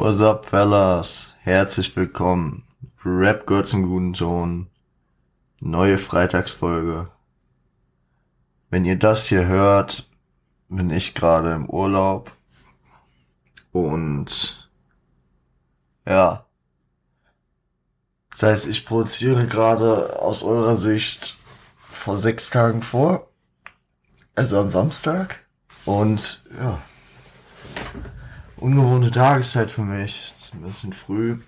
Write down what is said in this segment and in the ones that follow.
What's up, fellas? Herzlich willkommen. Rap gehört zum guten Ton. Neue Freitagsfolge. Wenn ihr das hier hört, bin ich gerade im Urlaub. Und ja. Das heißt, ich produziere gerade aus eurer Sicht vor 6 Tagen vor. Also am Samstag. Und ja. Ungewohnte Tageszeit für mich. Ist ein bisschen früh.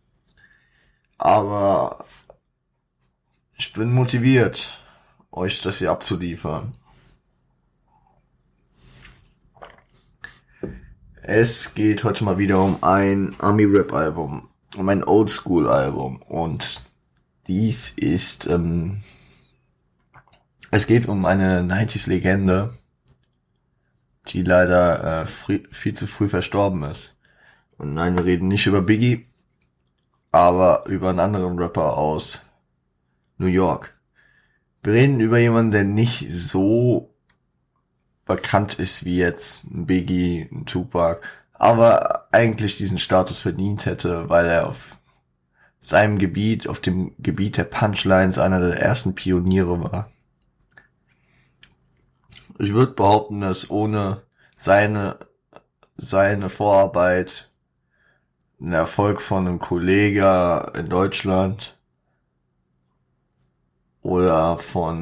Aber ich bin motiviert, euch das hier abzuliefern. Es geht heute mal wieder um ein Ami-Rap-Album. Um ein Oldschool-Album. Und dies ist, es geht um eine 90s-Legende, die leider viel zu früh verstorben ist. Und nein, wir reden nicht über Biggie, aber über einen anderen Rapper aus New York. Wir reden über jemanden, der nicht so bekannt ist wie jetzt ein Biggie, ein Tupac, aber eigentlich diesen Status verdient hätte, weil er auf seinem Gebiet, auf dem Gebiet der Punchlines, einer der ersten Pioniere war. Ich würde behaupten, dass ohne seine Vorarbeit ein Erfolg von einem Kollegen in Deutschland oder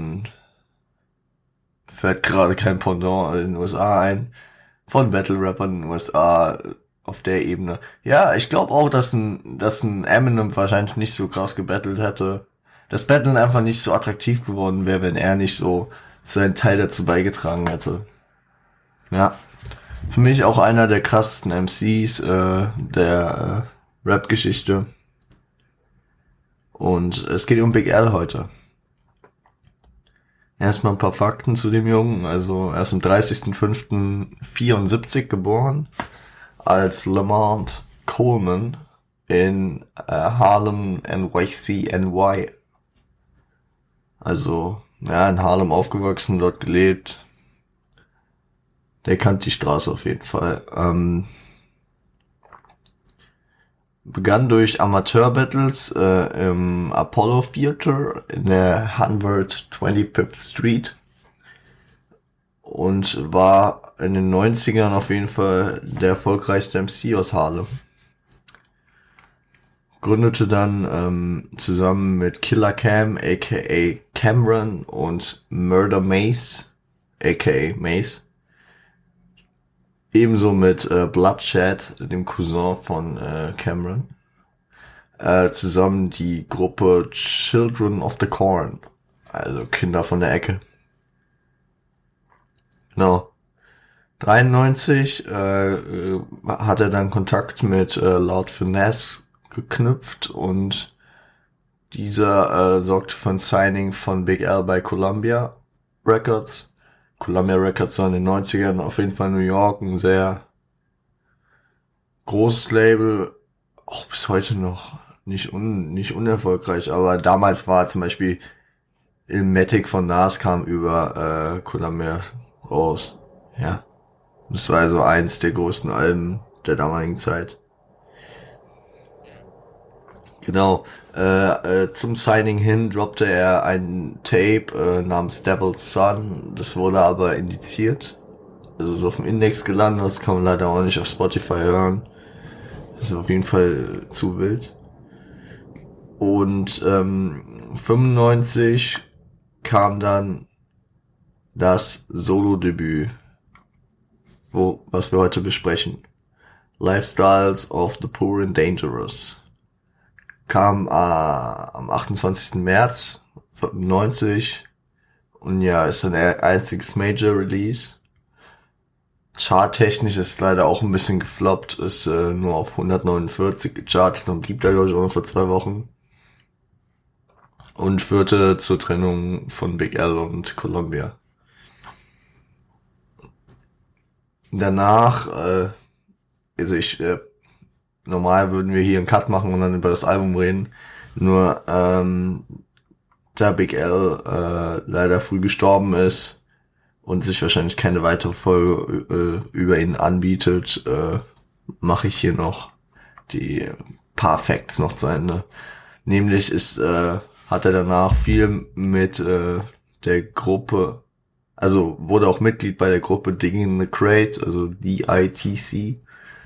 fällt gerade kein Pendant in den USA ein, von Battle-Rappern in den USA auf der Ebene. Ja, ich glaube auch, dass ein Eminem wahrscheinlich nicht so krass gebattelt hätte. Das Battlen einfach nicht so attraktiv geworden wäre, wenn er nicht so seinen Teil dazu beigetragen hätte. Ja. Für mich auch einer der krassesten MCs der Rap-Geschichte. Und es geht um Big L heute. Erstmal ein paar Fakten zu dem Jungen. Also er ist am 30.05.74 geboren als Lamont Coleman in Harlem, NYC, NY. Also ja, in Harlem aufgewachsen, dort gelebt. Der kannte die Straße auf jeden Fall. Begann durch Amateur-Battles im Apollo Theater in der 125th Street und war in den 90ern auf jeden Fall der erfolgreichste MC aus Harlem. Gründete dann zusammen mit Killer Cam, aka Cameron, und Murder Mace, aka Mace, ebenso mit Bloodshed, dem Cousin von Cameron, zusammen die Gruppe Children of the Corn, also Kinder von der Ecke. Genau. 93 hat er dann Kontakt mit Lord Finesse geknüpft und dieser sorgte für ein Signing von Big L bei Columbia Records. Columbia Records war in den 90ern auf jeden Fall New York ein sehr großes Label, auch bis heute noch nicht unerfolgreich, aber damals war zum Beispiel Illmatic von Nas kam über Columbia raus. Ja, das war also eins der größten Alben der damaligen Zeit. Genau, zum Signing hin droppte er ein Tape namens Devil's Son. Das wurde aber indiziert. Also ist auf dem Index gelandet, das kann man leider auch nicht auf Spotify hören. Das ist auf jeden Fall zu wild. Und 95 kam dann das Solo-Debüt, was wir heute besprechen. Lifestyles of the Poor and Dangerous. Kam am 28. März 95 und ja, ist ein einziges Major Release. Charttechnisch ist leider auch ein bisschen gefloppt, ist nur auf 149 gechartet und blieb da, glaube ich, auch noch vor 2 Wochen. Und führte zur Trennung von Big L und Columbia. Danach, normal würden wir hier einen Cut machen und dann über das Album reden. Nur da Big L leider früh gestorben ist und sich wahrscheinlich keine weitere Folge über ihn anbietet, mache ich hier noch die paar Facts noch zu Ende. Nämlich hat er danach viel mit der Gruppe, also wurde auch Mitglied bei der Gruppe Digging the Crates, also DITC,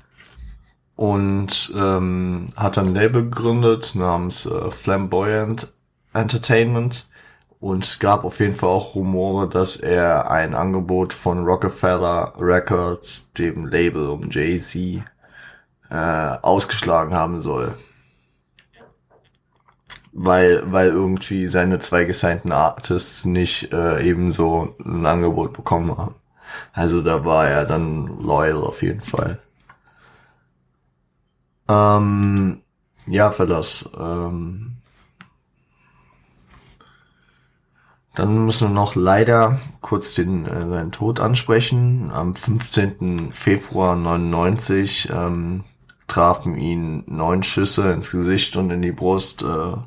und hat dann ein Label gegründet namens Flamboyant Entertainment, und es gab auf jeden Fall auch Rumore, dass er ein Angebot von Rockefeller Records, dem Label um Jay-Z, ausgeschlagen haben soll. Weil irgendwie seine zwei gesignten Artists nicht ebenso ein Angebot bekommen haben. Also da war er dann loyal auf jeden Fall. Ja, Fellas. Dann müssen wir noch leider kurz seinen Tod ansprechen. Am 15. Februar 99 trafen ihn 9 Schüsse ins Gesicht und in die Brust,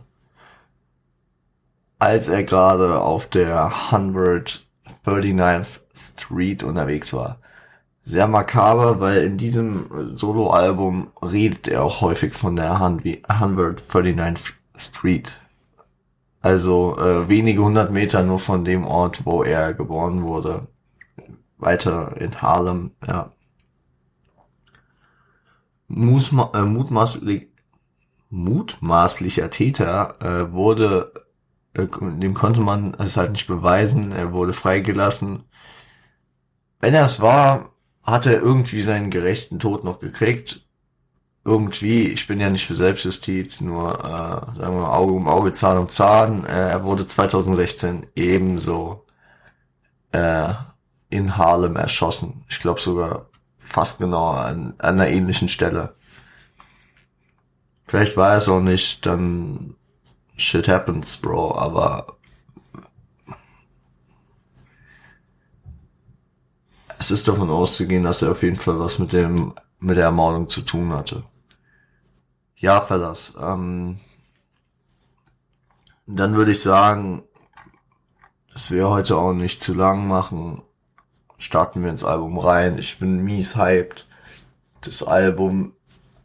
als er gerade auf der 139th Street unterwegs war. Sehr makaber, weil in diesem Soloalbum redet er auch häufig von der 139th Street. Also wenige 100 Meter nur von dem Ort, wo er geboren wurde. Weiter in Harlem, ja. Mutmaßlicher Täter dem konnte man es halt nicht beweisen, er wurde freigelassen. Wenn er es war, hat er irgendwie seinen gerechten Tod noch gekriegt. Irgendwie, ich bin ja nicht für Selbstjustiz, nur, sagen wir mal, Auge um Auge, Zahn um Zahn. Er wurde 2016 ebenso in Harlem erschossen. Ich glaube sogar fast genau an einer ähnlichen Stelle. Vielleicht war es auch nicht, dann shit happens, Bro, aber es ist davon auszugehen, dass er auf jeden Fall was mit der Ermordung zu tun hatte. Ja, Fellas, dann würde ich sagen, dass wir heute auch nicht zu lang machen. Starten wir ins Album rein. Ich bin mies hyped. Das Album.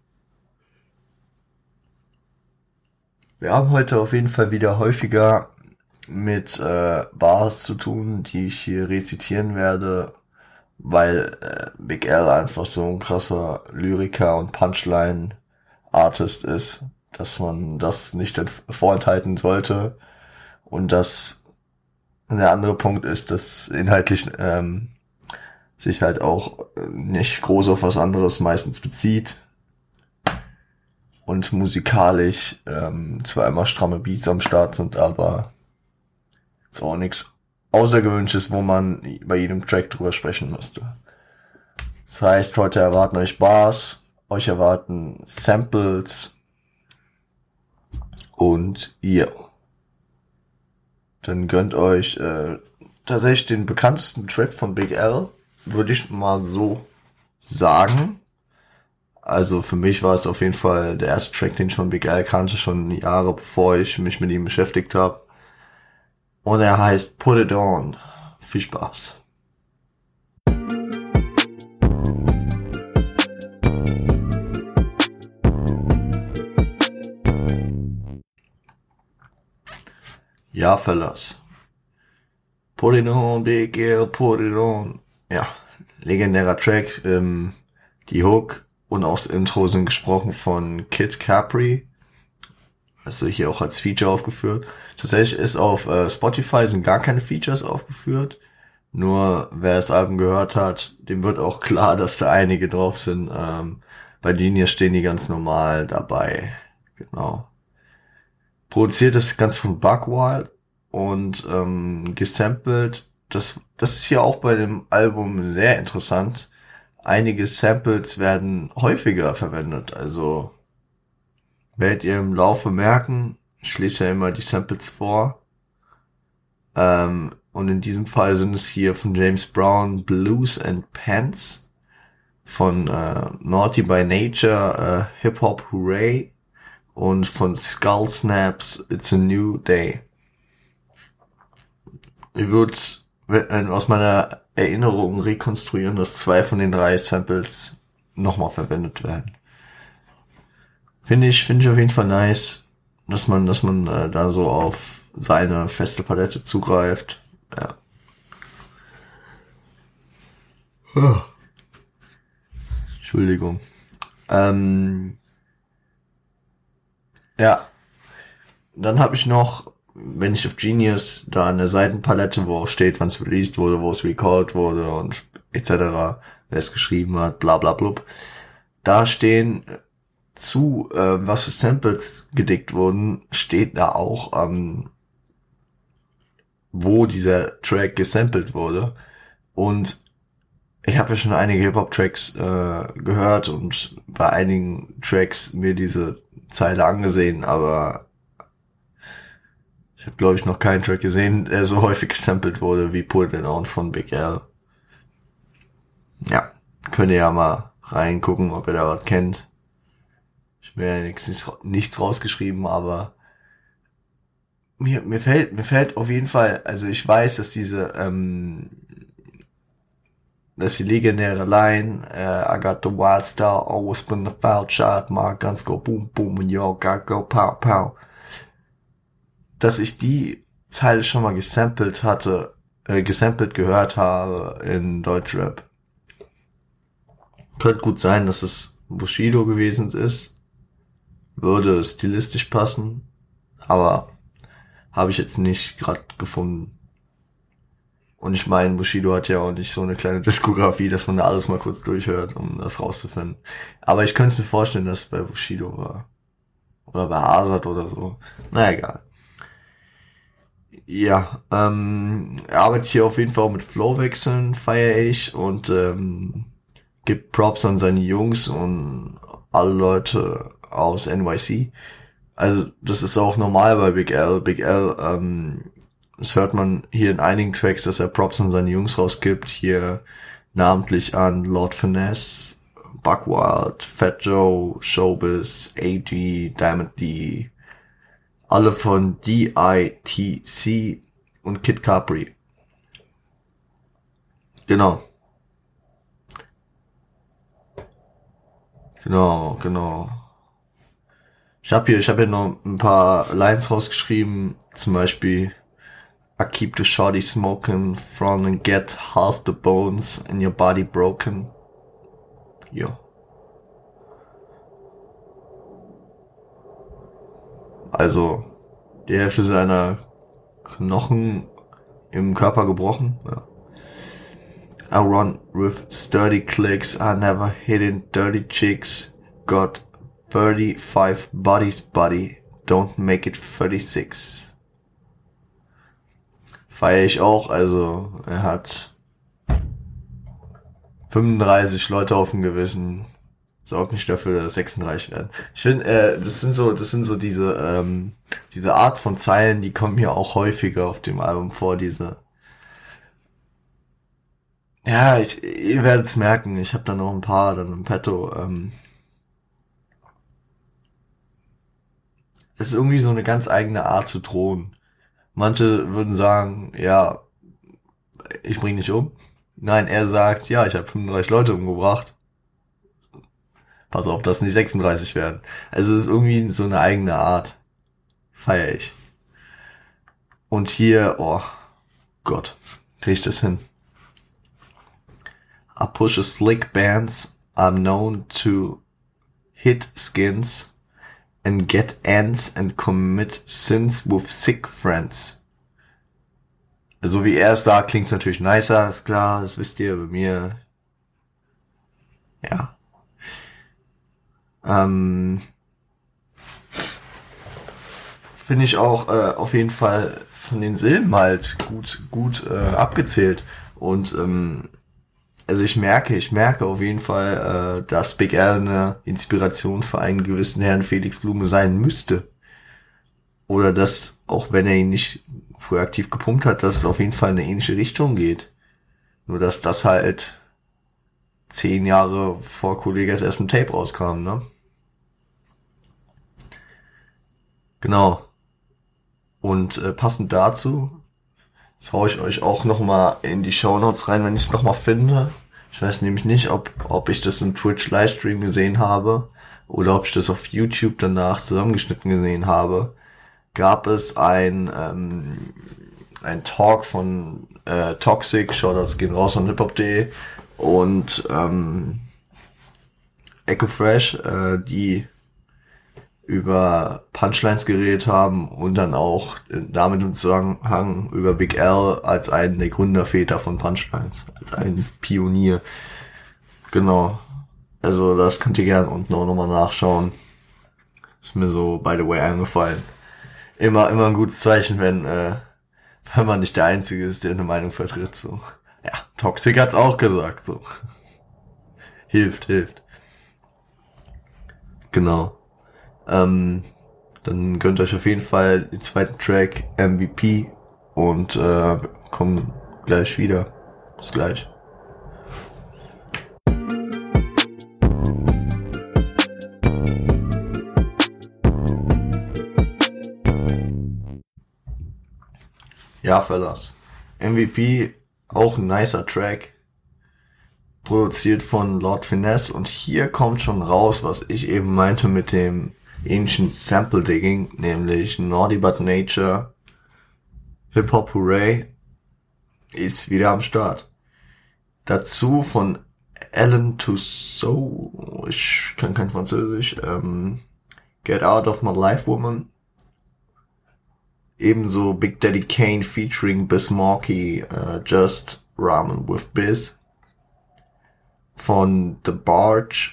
Wir haben heute auf jeden Fall wieder häufiger mit Bars zu tun, die ich hier rezitieren werde, weil Big L einfach so ein krasser Lyriker und Punchline-Artist ist, dass man das nicht vorenthalten sollte. Und der andere Punkt ist, dass inhaltlich sich halt auch nicht groß auf was anderes meistens bezieht. Und musikalisch zwar immer stramme Beats am Start sind, aber ist auch nichts Außergewöhnliches, wo man bei jedem Track drüber sprechen müsste. Das heißt, heute erwarten euch Bars, euch erwarten Samples und ihr. Dann gönnt euch tatsächlich den bekanntesten Track von Big L, würde ich mal so sagen. Also für mich war es auf jeden Fall der erste Track, den ich von Big L kannte, schon Jahre bevor ich mich mit ihm beschäftigt habe. Und er heißt Put It On. Viel Spaß. Ja, Fellas. Put it on, Big L, put it on. Ja, legendärer Track. Die Hook und auch das Intro sind gesprochen von Kid Capri. Also hier auch als Feature aufgeführt. Tatsächlich ist auf Spotify sind gar keine Features aufgeführt. Nur wer das Album gehört hat, dem wird auch klar, dass da einige drauf sind. Bei denen hier stehen die ganz normal dabei. Genau. Produziert ist ganz von Buckwild und gesampelt. Das ist hier auch bei dem Album sehr interessant. Einige Samples werden häufiger verwendet. Also werdet ihr im Laufe merken, ich lese ja immer die Samples vor. Und in diesem Fall sind es hier von James Brown Blues and Pants, von Naughty by Nature Hip Hop Hooray und von Skull Snaps It's a New Day. Ich würde aus meiner Erinnerung rekonstruieren, dass 2 von den 3 Samples nochmal verwendet werden. Finde ich auf jeden Fall nice, dass man da so auf seine feste Palette zugreift. Ja. Entschuldigung. Ja. Dann habe ich noch, wenn ich auf Genius, da an der Seitenpalette, wo steht, wann es released wurde, wo es recorded wurde und etc., wer es geschrieben hat, bla bla blub. Da stehen was für Samples gedickt wurden, steht da auch, wo dieser Track gesampelt wurde. Und ich habe ja schon einige Hip-Hop-Tracks gehört und bei einigen Tracks mir diese Zeile angesehen, aber ich habe, glaube ich, noch keinen Track gesehen, der so häufig gesampelt wurde wie Put It On von Big L. Ja, könnt ihr ja mal reingucken, ob ihr da was kennt. Ich habe ja nichts rausgeschrieben, aber mir fällt auf jeden Fall, also ich weiß, dass die legendäre Line, I got the wild style, always been the foul shot, my guns go boom boom and your got go pow pow. Dass ich die Zeile schon mal gesampelt gehört habe in Deutschrap. Könnte gut sein, dass es Bushido gewesen ist. Würde stilistisch passen, aber habe ich jetzt nicht gerade gefunden. Und ich meine, Bushido hat ja auch nicht so eine kleine Diskografie, dass man da alles mal kurz durchhört, um das rauszufinden. Aber ich könnte es mir vorstellen, dass es bei Bushido war. Oder bei Azad oder so. Na egal. Ja, er arbeitet hier auf jeden Fall auch mit Flowwechseln, feiere ich, und gibt Props an seine Jungs und alle Leute aus NYC. Also das ist auch normal bei Big L. Das hört man hier in einigen Tracks, dass er Props an seine Jungs rausgibt. Hier namentlich an Lord Finesse, Buckwild, Fat Joe, Showbiz, AG, Diamond D. Alle von DITC und Kid Capri. Genau. Ich habe hier noch ein paar Lines rausgeschrieben, zum Beispiel I keep the shorty smoking from and get half the bones in your body broken. Ja. Also die Hälfte seiner Knochen im Körper gebrochen. Ja. I run with sturdy clicks, I never hitting dirty chicks. Got 35 bodies, buddy, don't make it 36. Feiere ich auch, also er hat 35 Leute auf dem Gewissen. Sorgt nicht dafür, dass 36 werden. Ich finde, das sind so diese Art von Zeilen, die kommen hier auch häufiger auf dem Album vor, ja, ihr werdet es merken, ich habe da noch ein paar dann im Petto. Es ist irgendwie so eine ganz eigene Art zu drohen. Manche würden sagen, ja, ich bring dich um. Nein, er sagt, ja, ich habe 35 Leute umgebracht. Pass auf, dass nicht 36 werden. Also es ist irgendwie so eine eigene Art. Feier ich. Und hier, oh Gott, krieg ich das hin. I push a slick bands, I'm known to hit skins and get ends and commit sins with sick friends. So wie er es sagt, klingt's natürlich nicer, ist klar, das wisst ihr, bei mir. Ja. Finde ich auch auf jeden Fall von den Silben halt gut abgezählt. Und also ich merke auf jeden Fall, dass Big L eine Inspiration für einen gewissen Herrn Felix Blume sein müsste. Oder dass, auch wenn er ihn nicht früher aktiv gepumpt hat, dass es auf jeden Fall in eine ähnliche Richtung geht. Nur dass das halt 10 Jahre vor Kollegas ersten Tape rauskam, ne? Genau. Und passend dazu, das hau ich euch auch nochmal in die Shownotes rein, wenn ich es nochmal finde. Ich weiß nämlich nicht, ob ich das im Twitch-Livestream gesehen habe oder ob ich das auf YouTube danach zusammengeschnitten gesehen habe, gab es ein Talk von Toxic, Shoutouts gehen raus an hiphop.de und Echo Fresh, die über Punchlines geredet haben und dann auch damit im Zusammenhang über Big L als einen der Gründerväter von Punchlines, als ein Pionier. Genau. Also das könnt ihr gerne unten auch nochmal nachschauen. Ist mir so, by the way, eingefallen. Immer ein gutes Zeichen, wenn man nicht der Einzige ist, der eine Meinung vertritt. So. Ja, Toxic hat's auch gesagt. So. Hilft. Genau. Dann gönnt euch auf jeden Fall den zweiten Track MVP und kommen gleich wieder. Bis gleich. Ja, Fellas. MVP, auch ein nicer Track. Produziert von Lord Finesse und hier kommt schon raus, was ich eben meinte mit dem Ancient Sample Digging, nämlich Naughty But Nature, Hip Hop Hooray ist wieder am Start. Dazu von Alan Tussaud, ich kann kein Französisch, Get Out of My Life Woman, ebenso Big Daddy Kane featuring Bismarcky, Just Ramen with Biz, von The Barge,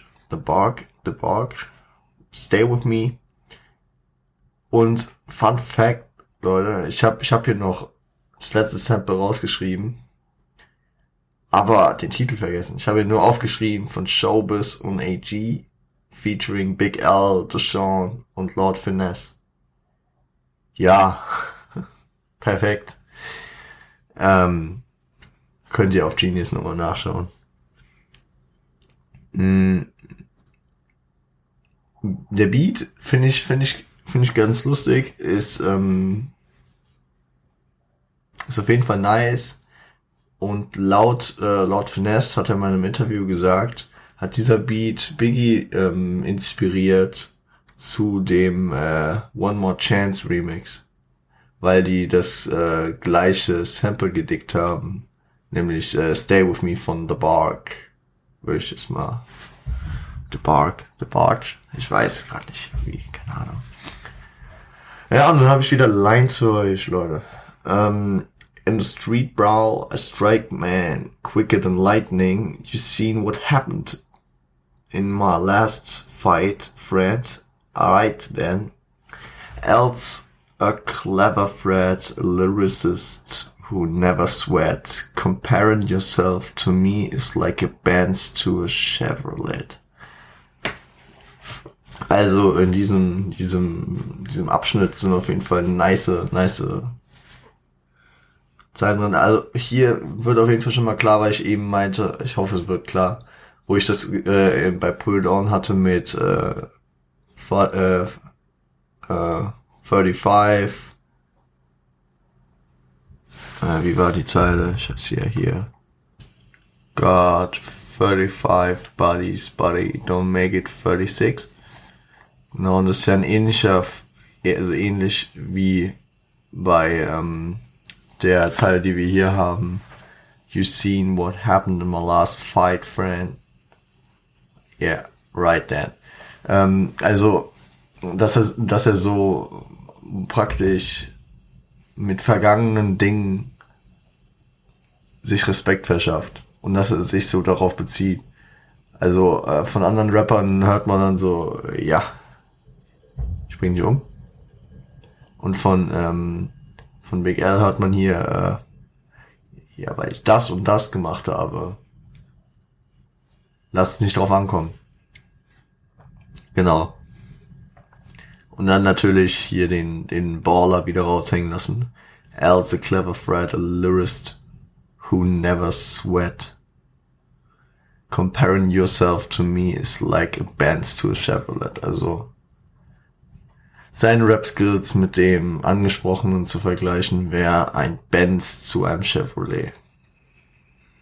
Stay With Me. Und Fun Fact, Leute, ich hab hier noch das letzte Sample rausgeschrieben, aber den Titel vergessen. Ich habe ihn nur aufgeschrieben von Showbiz und AG, featuring Big L, Deshaun und Lord Finesse. Ja, perfekt. Könnt ihr auf Genius nochmal nachschauen. Der Beat finde ich ganz lustig, ist auf jeden Fall nice und laut Finesse hat er mal in einem Interview gesagt, hat dieser Beat Biggie inspiriert zu dem One More Chance Remix, weil die das gleiche Sample gedickt haben, nämlich Stay With Me von The Bark. Würde ich es mal The Barge, ich weiß gerade nicht, wie, keine Ahnung. Ja, und dann habe ich wieder Lines für euch, Leute. In the street brawl, I strike man, quicker than lightning. You seen what happened in my last fight, friend. Alright then. Else a clever threat, a lyricist who never sweat. Comparing yourself to me is like a Benz to a Chevrolet. Also in diesem Abschnitt sind auf jeden Fall nice Zeilen drin. Also hier wird auf jeden Fall schon mal klar, weil ich eben meinte, ich hoffe es wird klar, wo ich das bei Pull Down hatte mit 35, wie war die Zeile? Ich hab's hier. God, 35 bodies, buddy, don't make it 36. Genau, und das ist ja ein ähnlicher, also ähnlich wie bei der Zeile, die wir hier haben. You seen what happened in my last fight, friend. Yeah, right then. Also, dass er so praktisch mit vergangenen Dingen sich Respekt verschafft und dass er sich so darauf bezieht. Also von anderen Rappern hört man dann so, ja, ich bring dich um. Und von Big L hört man hier, ja, weil ich das und das gemacht habe. Lass es nicht drauf ankommen. Genau. Und dann natürlich hier den Baller wieder raushängen lassen. L's a clever threat, a lyricist who never sweat. Comparing yourself to me is like a Benz to a Chevrolet. Also seine Rap-Skills mit dem Angesprochenen zu vergleichen, wäre ein Benz zu einem Chevrolet.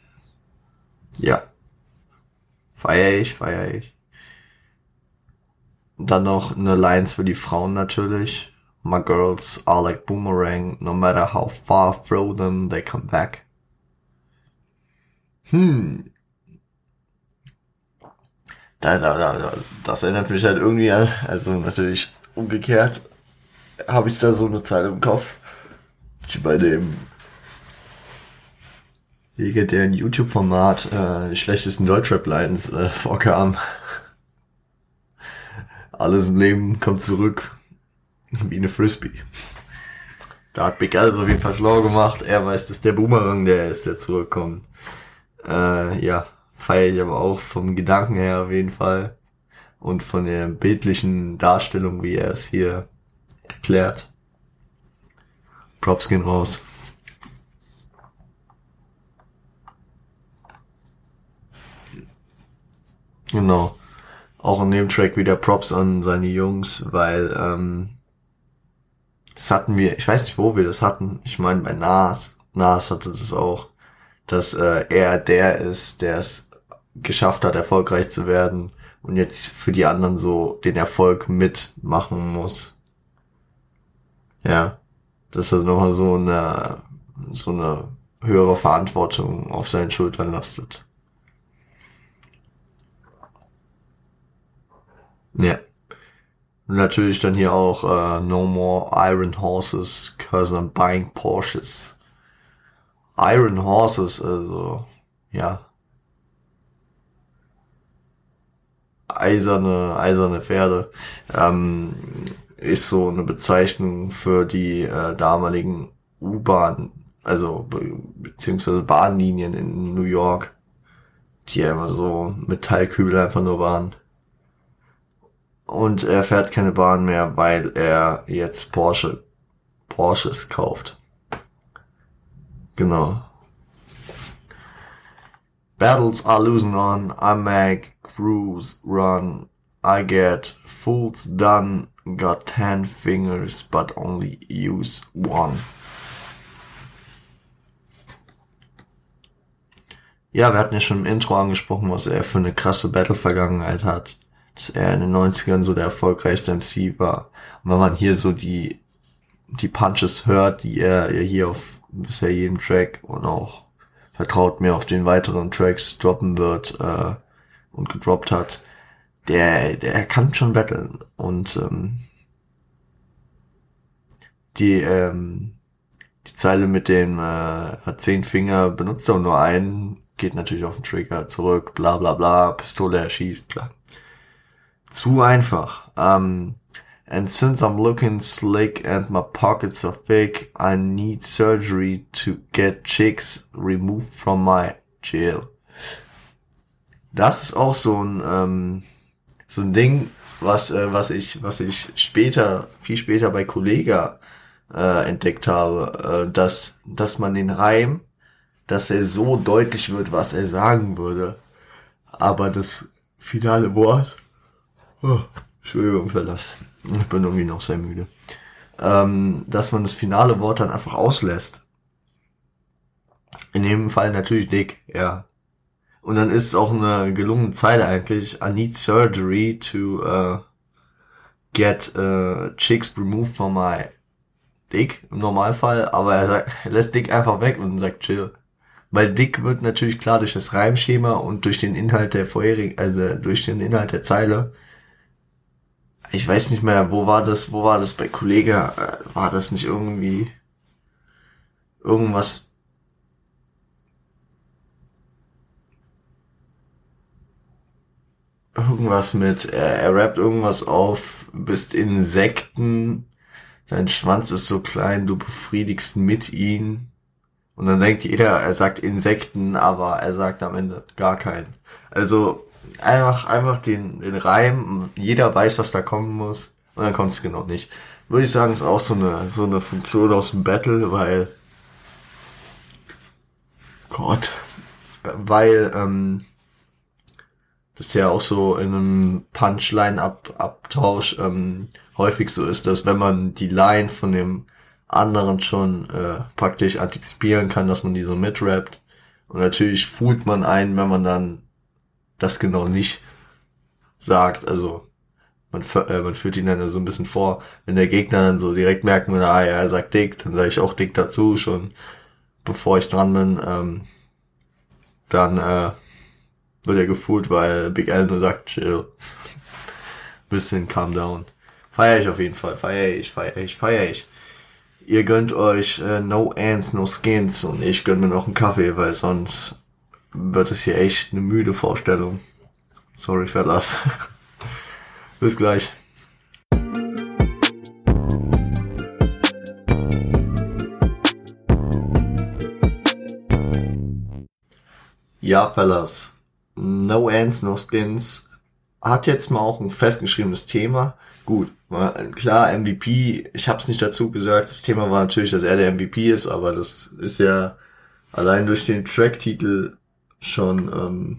Ja. Feier ich. Dann noch eine Lines für die Frauen natürlich. My girls are like boomerang, no matter how far I throw them, they come back. Das erinnert mich halt irgendwie an, also natürlich umgekehrt, habe ich da so eine Zeile im Kopf, die bei dem legendären YouTube-Format die schlechtesten Deutschrap-Lines vorkam. Alles im Leben kommt zurück wie eine Frisbee. Da hat Big L auf jeden Fall schlau gemacht. Er weiß, dass der Boomerang der ist, der zurückkommt. Ja, feiere ich aber auch vom Gedanken her auf jeden Fall. Und von der bildlichen Darstellung, wie er es hier erklärt. Props gehen raus. Genau. Auch in dem Track wieder Props an seine Jungs, weil das hatten wir, ich weiß nicht, wo wir das hatten. Ich meine bei Nas. Nas hatte das auch, dass er der ist, der es geschafft hat, erfolgreich zu werden und jetzt für die anderen so den Erfolg mitmachen muss. Ja, dass er nochmal so eine höhere Verantwortung auf seinen Schultern lastet. Ja. Und natürlich dann hier auch No More Iron Horses, cause I'm buying Porsches. Iron Horses, also ja, eiserne Pferde, ist so eine Bezeichnung für die damaligen U-Bahn, also beziehungsweise Bahnlinien in New York, die ja immer so Metallkübel einfach nur waren. Und er fährt keine Bahn mehr, weil er jetzt Porsches kauft. Genau. Battles are losing on, I make crews run, I get fools done, got 10 fingers but only use one. Ja, wir hatten ja schon im Intro angesprochen, was er für eine krasse Battle-Vergangenheit hat. Dass er in den 90ern so der erfolgreichste MC war. Und wenn man hier so die Punches hört, die er hier auf bisher jedem Track und auch vertraut mir auf den weiteren Tracks droppen wird und gedroppt hat, der kann schon battlen. Und die Zeile mit dem hat 10 Finger, benutzt aber nur einen, geht natürlich auf den Trigger zurück, bla bla bla, Pistole erschießt, klar. Zu einfach. And since I'm looking slick and my pockets are thick, I need surgery to get chicks removed from my jail. Das ist auch so ein Ding, was ich viel später bei Kollega entdeckt habe, dass man den Reim, dass er so deutlich wird, was er sagen würde, aber das finale Wort, Entschuldigung für das, ich bin irgendwie noch sehr müde, dass man das finale Wort dann einfach auslässt. In dem Fall natürlich dick, ja. Und dann ist es auch eine gelungene Zeile eigentlich. I need surgery to get chicks removed from my dick im Normalfall, aber er lässt dick einfach weg und sagt chill. Weil dick wird natürlich klar durch das Reimschema und durch den Inhalt der durch den Inhalt der Zeile. Ich weiß nicht mehr, wo war das bei Kollega? War das nicht irgendwie irgendwas mit, er rappt irgendwas auf, bist Insekten, dein Schwanz ist so klein, du befriedigst mit ihn. Und dann denkt jeder, er sagt Insekten, aber er sagt am Ende gar keinen. Also einfach den Reim, jeder weiß, was da kommen muss, und dann kommt es genau nicht. Würde ich sagen, ist auch so eine Funktion aus dem Battle, weil das ja auch so in einem Punchline-Abtausch häufig so ist, dass wenn man die Line von dem anderen schon praktisch antizipieren kann, dass man die so mitrappt. Und natürlich fühlt man ein, wenn man dann das genau nicht sagt. Also man führt ihn dann so ein bisschen vor. Wenn der Gegner dann so direkt merkt, ja, er sagt Dick, dann sage ich auch Dick dazu, schon bevor ich dran bin. Dann wird er gefühlt, weil Big L nur sagt, chill. Bisschen calm down. Feier ich auf jeden Fall. Feier ich. Ihr gönnt euch No Ants, No Skins und ich gönn mir noch einen Kaffee, weil sonst wird es hier echt eine müde Vorstellung. Sorry, Fellas. Bis gleich. Ja, Fellas. No Ants, No Skins hat jetzt mal auch ein festgeschriebenes Thema. Gut, klar, MVP, ich hab's nicht dazu gesagt, das Thema war natürlich, dass er der MVP ist, aber das ist ja allein durch den Track-Titel schon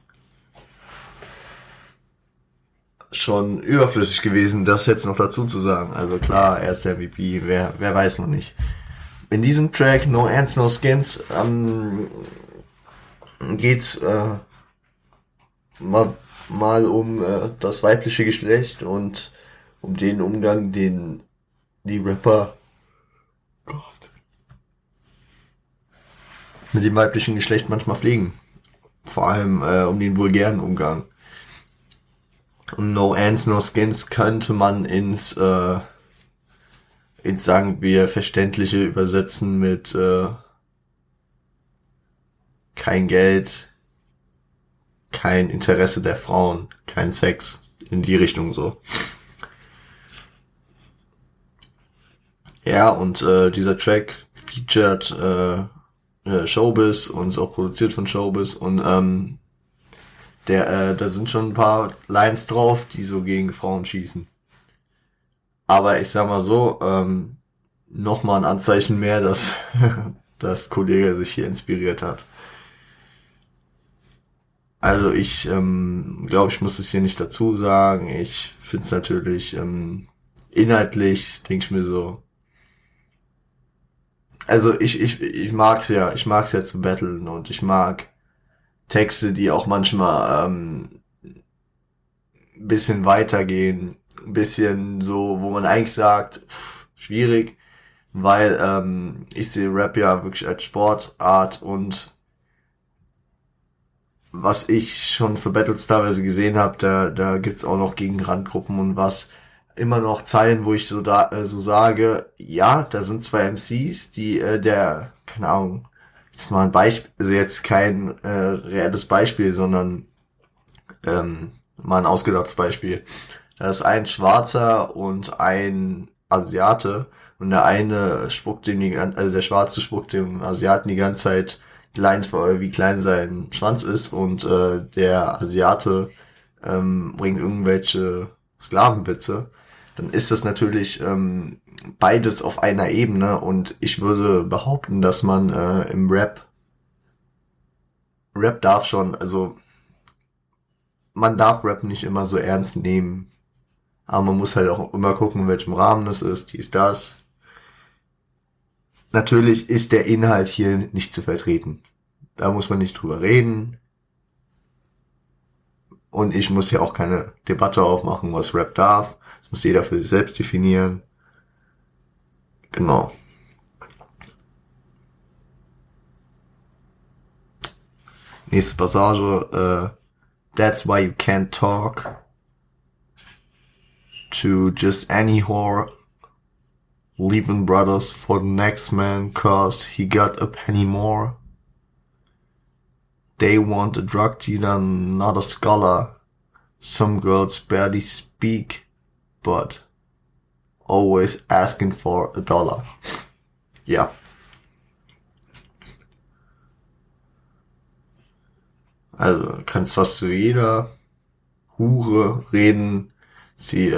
überflüssig gewesen, das jetzt noch dazu zu sagen. Also klar, er ist der MVP, wer weiß noch nicht. In diesem Track, No Ants, No Skins, geht's mal um das weibliche Geschlecht und um den Umgang, den die Rapper mit dem weiblichen Geschlecht manchmal pflegen. Vor allem um den vulgären Umgang. Und No Ants, No Skins könnte man ins sagen wir Verständliche übersetzen mit kein Geld, kein Interesse der Frauen, kein Sex, in die Richtung so. Ja, und dieser Track featured Showbiz und ist auch produziert von Showbiz und da sind schon ein paar Lines drauf, die so gegen Frauen schießen. Aber ich sag mal so, nochmal ein Anzeichen mehr, dass das Kollege sich hier inspiriert hat. Also ich glaube, ich muss es hier nicht dazu sagen. Ich find's natürlich inhaltlich, denke ich mir so. Also ich mag's ja zu battlen und ich mag Texte, die auch manchmal ein bisschen weitergehen, ein bisschen so, wo man eigentlich sagt, schwierig, weil ich sehe Rap ja wirklich als Sportart und was ich schon für Battles teilweise gesehen habe, da gibt's auch noch gegen Randgruppen und was immer noch Zeilen, wo ich so sage, ja, da sind zwei MCs, die keine Ahnung, jetzt mal ein Beispiel, also jetzt kein reelles Beispiel, sondern mal ein ausgedachtes Beispiel. Da ist ein Schwarzer und ein Asiate und der eine spuckt der Schwarze spuckt dem Asiaten die ganze Zeit Lines vor, wie klein sein Schwanz ist und der Asiate bringt irgendwelche Sklavenwitze, dann ist das natürlich beides auf einer Ebene und ich würde behaupten, dass man im Rap darf schon, also man darf Rap nicht immer so ernst nehmen, aber man muss halt auch immer gucken, in welchem Rahmen es ist, dies, das. Natürlich ist der Inhalt hier nicht zu vertreten. Da muss man nicht drüber reden. Und ich muss ja auch keine Debatte aufmachen, was Rap darf. Das muss jeder für sich selbst definieren. Genau. Nächste Passage. That's why you can't talk to just any whore. Leaving brothers for the next man cause he got a penny more. They want a drug dealer, not a scholar. Some girls barely speak, but always asking for $1. Ja. Also kannst fast zu jeder Hure reden. Sie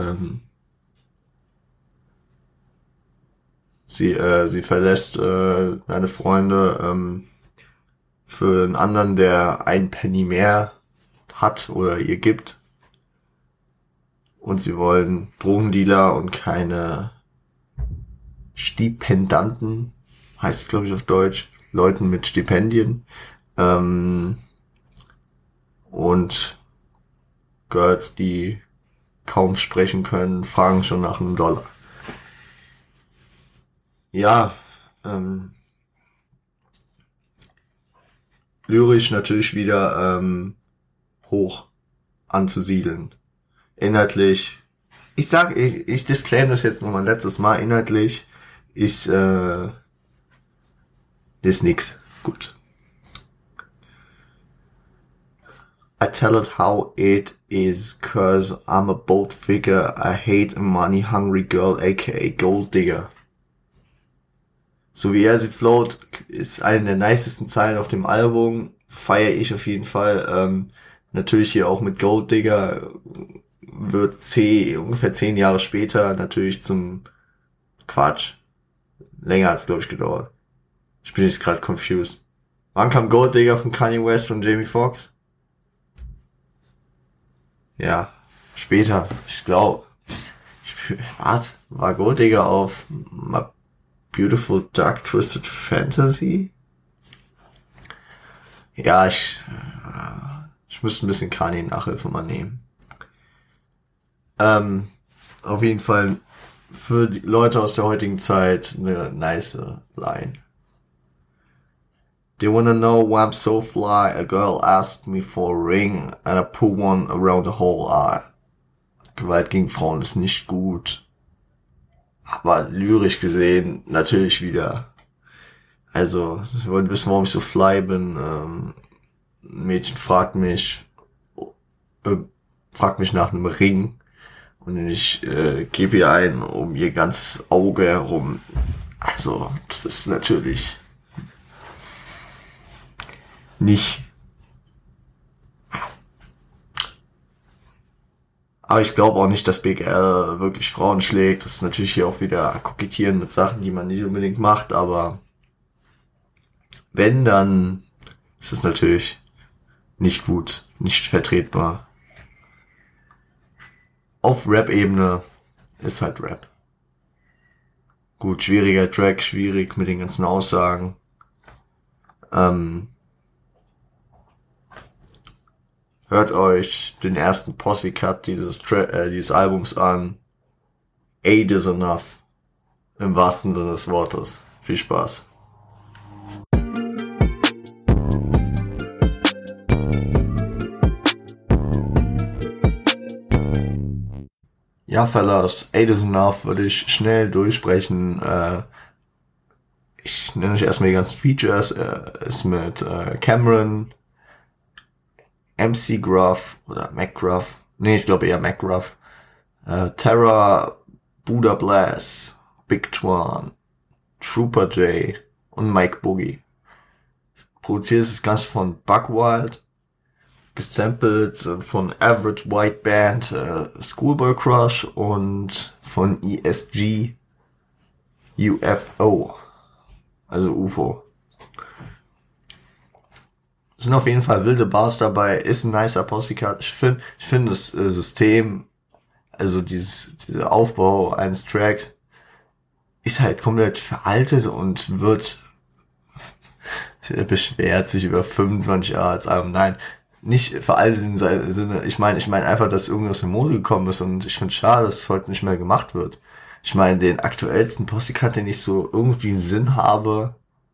verlässt eine Freunde für einen anderen, der ein Penny mehr hat oder ihr gibt. Und sie wollen Drogendealer und keine Stipendanten, heißt es glaube ich auf Deutsch, Leuten mit Stipendien. Und Girls, die kaum sprechen können, fragen schon nach einem Dollar. Ja, lyrisch natürlich wieder hoch anzusiedeln. Inhaltlich, ich disclaim das jetzt nochmal ein letztes Mal, inhaltlich ist nix gut. I tell it how it is, 'cause I'm a bold figure. I hate a money-hungry girl, aka Gold Digger. So wie er sie float, ist eine der nicesten Zeilen auf dem Album. Feiere ich auf jeden Fall. Natürlich hier auch mit Gold Digger wird ungefähr 10 Jahre später natürlich zum Quatsch. Länger hat's, glaube ich, gedauert. Ich bin jetzt gerade confused. Wann kam Gold Digger von Kanye West und Jamie Foxx? Ja, später. Ich glaube. Was? War Gold Digger auf My Beautiful Dark Twisted Fantasy? Ja, ich müsste ein bisschen Kanye Nachhilfe mal nehmen. Auf jeden Fall für die Leute aus der heutigen Zeit eine nice Line. They wanna know why I'm so fly? A girl asked me for a ring and I put one around the whole eye. Gewalt gegen Frauen ist nicht gut. Aber lyrisch gesehen natürlich wieder. Also, sie wollen wissen, warum ich so fly bin. Ein Mädchen fragt mich nach einem Ring. Und ich gebe ihr einen um ihr ganzes Auge herum. Also, das ist natürlich nicht. Aber ich glaube auch nicht, dass Big L wirklich Frauen schlägt. Das ist natürlich hier auch wieder kokettieren mit Sachen, die man nicht unbedingt macht. Aber wenn, dann ist es natürlich nicht gut, nicht vertretbar. Auf Rap-Ebene ist halt Rap. Gut, schwieriger Track, schwierig mit den ganzen Aussagen. Hört euch den ersten Posse-Cut dieses Albums an. 8 is enough. Im wahrsten Sinne des Wortes. Viel Spaß. Ja, Fellas, 8 is enough würde ich schnell durchsprechen. Ich nenne euch erstmal die ganzen Features. Ist mit Cameron, MC Gruff oder McGruff. Nee, ich glaube eher McGruff. Terra, Buddha Blast, Big Twan, Trooper J und Mike Boogie. Produziert ist das Ganze von Buckwild. Gesampelt von Average White Band, Schoolboy Crush und von ESG UFO. Also UFO. Sind auf jeden Fall wilde Bars dabei, ist ein nicer Posse-Cut. Ich finde das System, also dieser Aufbau eines Tracks, ist halt komplett veraltet und beschwert sich über 25 Jahre als Album. Nein, nicht veraltet im Sinne, ich meine einfach, dass irgendwas in Mode gekommen ist und ich finde es schade, dass es heute nicht mehr gemacht wird. Ich meine, den aktuellsten Posse-Cut, den ich so irgendwie im Sinn habe,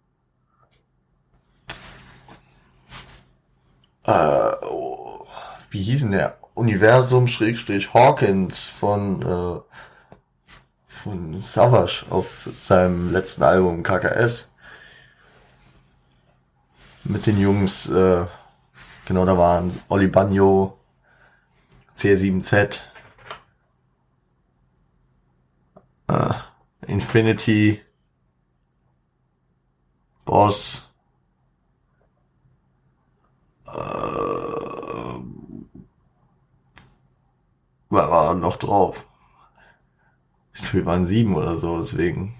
wie hieß denn der? Universum-Hawkins von Savage auf seinem letzten Album KKS. Mit den Jungs, genau, da waren Oli Bagno, C7Z, Infinity, Boss, war noch drauf. Ich glaube, wir waren 7 oder so, deswegen.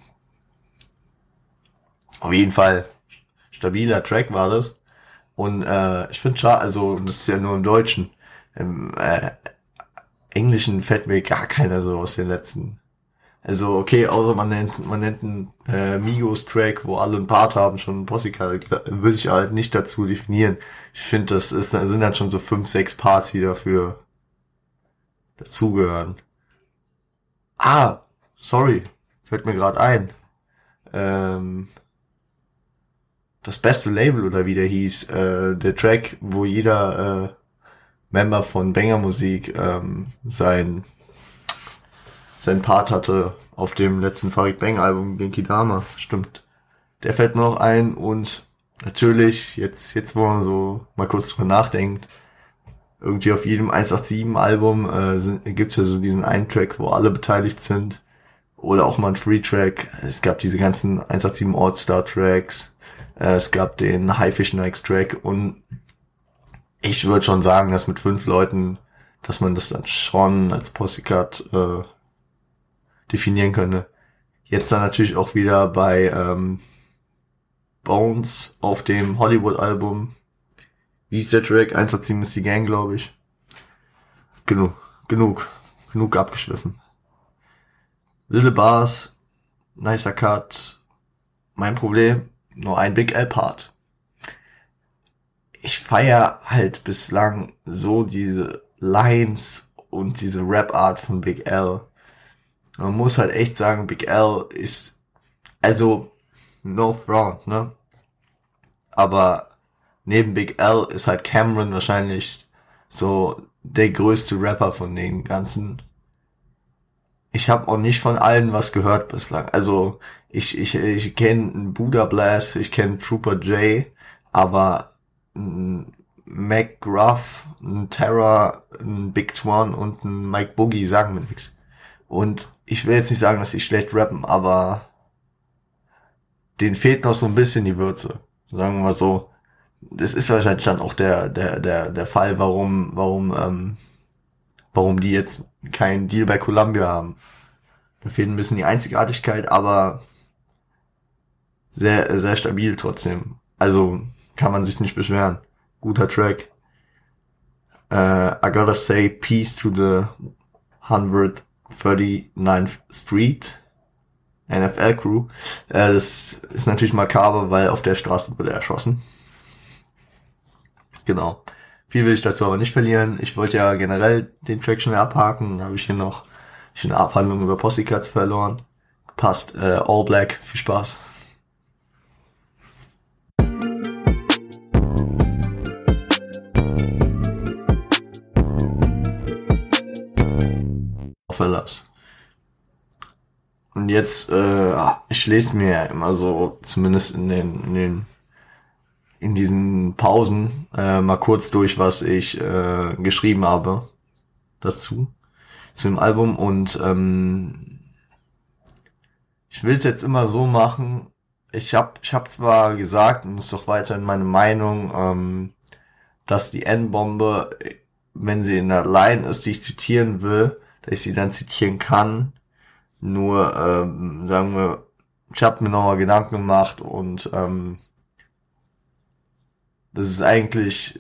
Auf jeden Fall stabiler Track war das. Und ich finde schade, also das ist ja nur im Deutschen. Im Englischen fällt mir gar keiner so aus den letzten. Also okay, außer man nennt einen Migos-Track, wo alle einen Part haben, schon einen Posse-Cut, würde ich halt nicht dazu definieren. Ich finde, sind dann schon so 5, 6 Parts, die dafür dazugehören. Ah, sorry, fällt mir gerade ein. Das beste Label oder wie der hieß, der Track, wo jeder Member von Banger Musik sein Part hatte auf dem letzten Farid Bang Album, Genki Dama, stimmt. Der fällt mir noch ein und natürlich, jetzt wo man so mal kurz drüber nachdenkt, irgendwie auf jedem 187 Album gibt's ja so diesen einen Track, wo alle beteiligt sind. Oder auch mal ein Free-Track. Es gab diese ganzen 187 All-Star-Tracks. Es gab den Haifisch Nikes-Track. Und ich würde schon sagen, dass mit 5 Leuten, dass man das dann schon als Posse-Cut definieren könnte. Jetzt dann natürlich auch wieder bei Bones auf dem Hollywood-Album. Wie ist der Track? 187 ist die Gang, glaube ich. Genug abgeschliffen. Little Bars, nicer Cut. Mein Problem, nur ein Big L-Part. Ich feier halt bislang so diese Lines und diese Rap-Art von Big L. Man muss halt echt sagen, Big L ist, also, no front, ne? Aber neben Big L ist halt Cameron wahrscheinlich so der größte Rapper von den ganzen. Ich habe auch nicht von allen was gehört bislang. Also ich kenne Buddha Blast, ich kenne Trooper J, aber Mac Gruff, ein Terra, ein Big Twan und ein Mike Boogie sagen mir nichts. Und ich will jetzt nicht sagen, dass sie schlecht rappen, aber denen fehlt noch so ein bisschen die Würze. Sagen wir mal so. Das ist wahrscheinlich dann auch der Fall, warum die jetzt keinen Deal bei Columbia haben. Da fehlt ein bisschen die Einzigartigkeit, aber sehr, sehr stabil trotzdem. Also kann man sich nicht beschweren. Guter Track. I gotta say peace to the 139th Street NFL Crew. Das ist natürlich makaber, weil auf der Straße wurde er erschossen. Genau. Viel will ich dazu aber nicht verlieren. Ich wollte ja generell den Track schnell abhaken. Dann habe ich hier noch eine Abhandlung über Posse-Cuts verloren. Passt. All Black. Viel Spaß. Verlass. Und jetzt, ich lese mir ja immer so, zumindest in diesen Pausen, mal kurz durch, was ich geschrieben habe dazu, zu dem Album. Und ich will es jetzt immer so machen, ich hab zwar gesagt, und das ist doch weiterhin meine Meinung, dass die N-Bombe, wenn sie in der Line ist, die ich zitieren will, dass ich sie dann zitieren kann. Nur, sagen wir, ich habe mir nochmal Gedanken gemacht und das ist eigentlich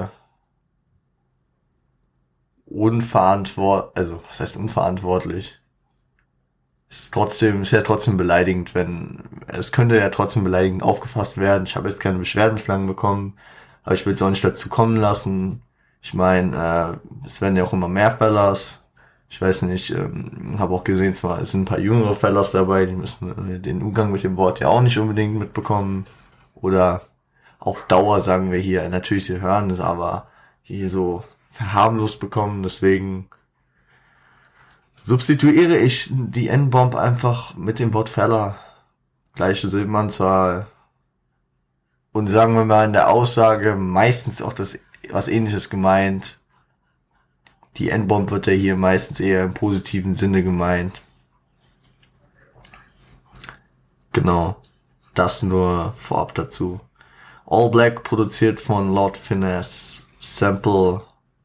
unverantwortlich, also was heißt unverantwortlich? Ist ja trotzdem beleidigend, es könnte ja trotzdem beleidigend aufgefasst werden. Ich habe jetzt keine Beschwerden bislang bekommen, aber ich will es auch nicht dazu kommen lassen. Ich meine, es werden ja auch immer mehr Fellas. Ich weiß nicht, habe auch gesehen, zwar es sind ein paar jüngere Fellas dabei, die müssen den Umgang mit dem Wort ja auch nicht unbedingt mitbekommen. Oder auf Dauer, sagen wir hier, natürlich, sie hören es, aber hier so verharmlost bekommen. Deswegen substituiere ich die N-Bomb einfach mit dem Wort Fella. Gleiche Silbenanzahl. Und sagen wir mal in der Aussage meistens auch das was Ähnliches gemeint. Die N-Bomb wird ja hier meistens eher im positiven Sinne gemeint. Genau. Das nur vorab dazu. All Black produziert von Lord Finesse. Sample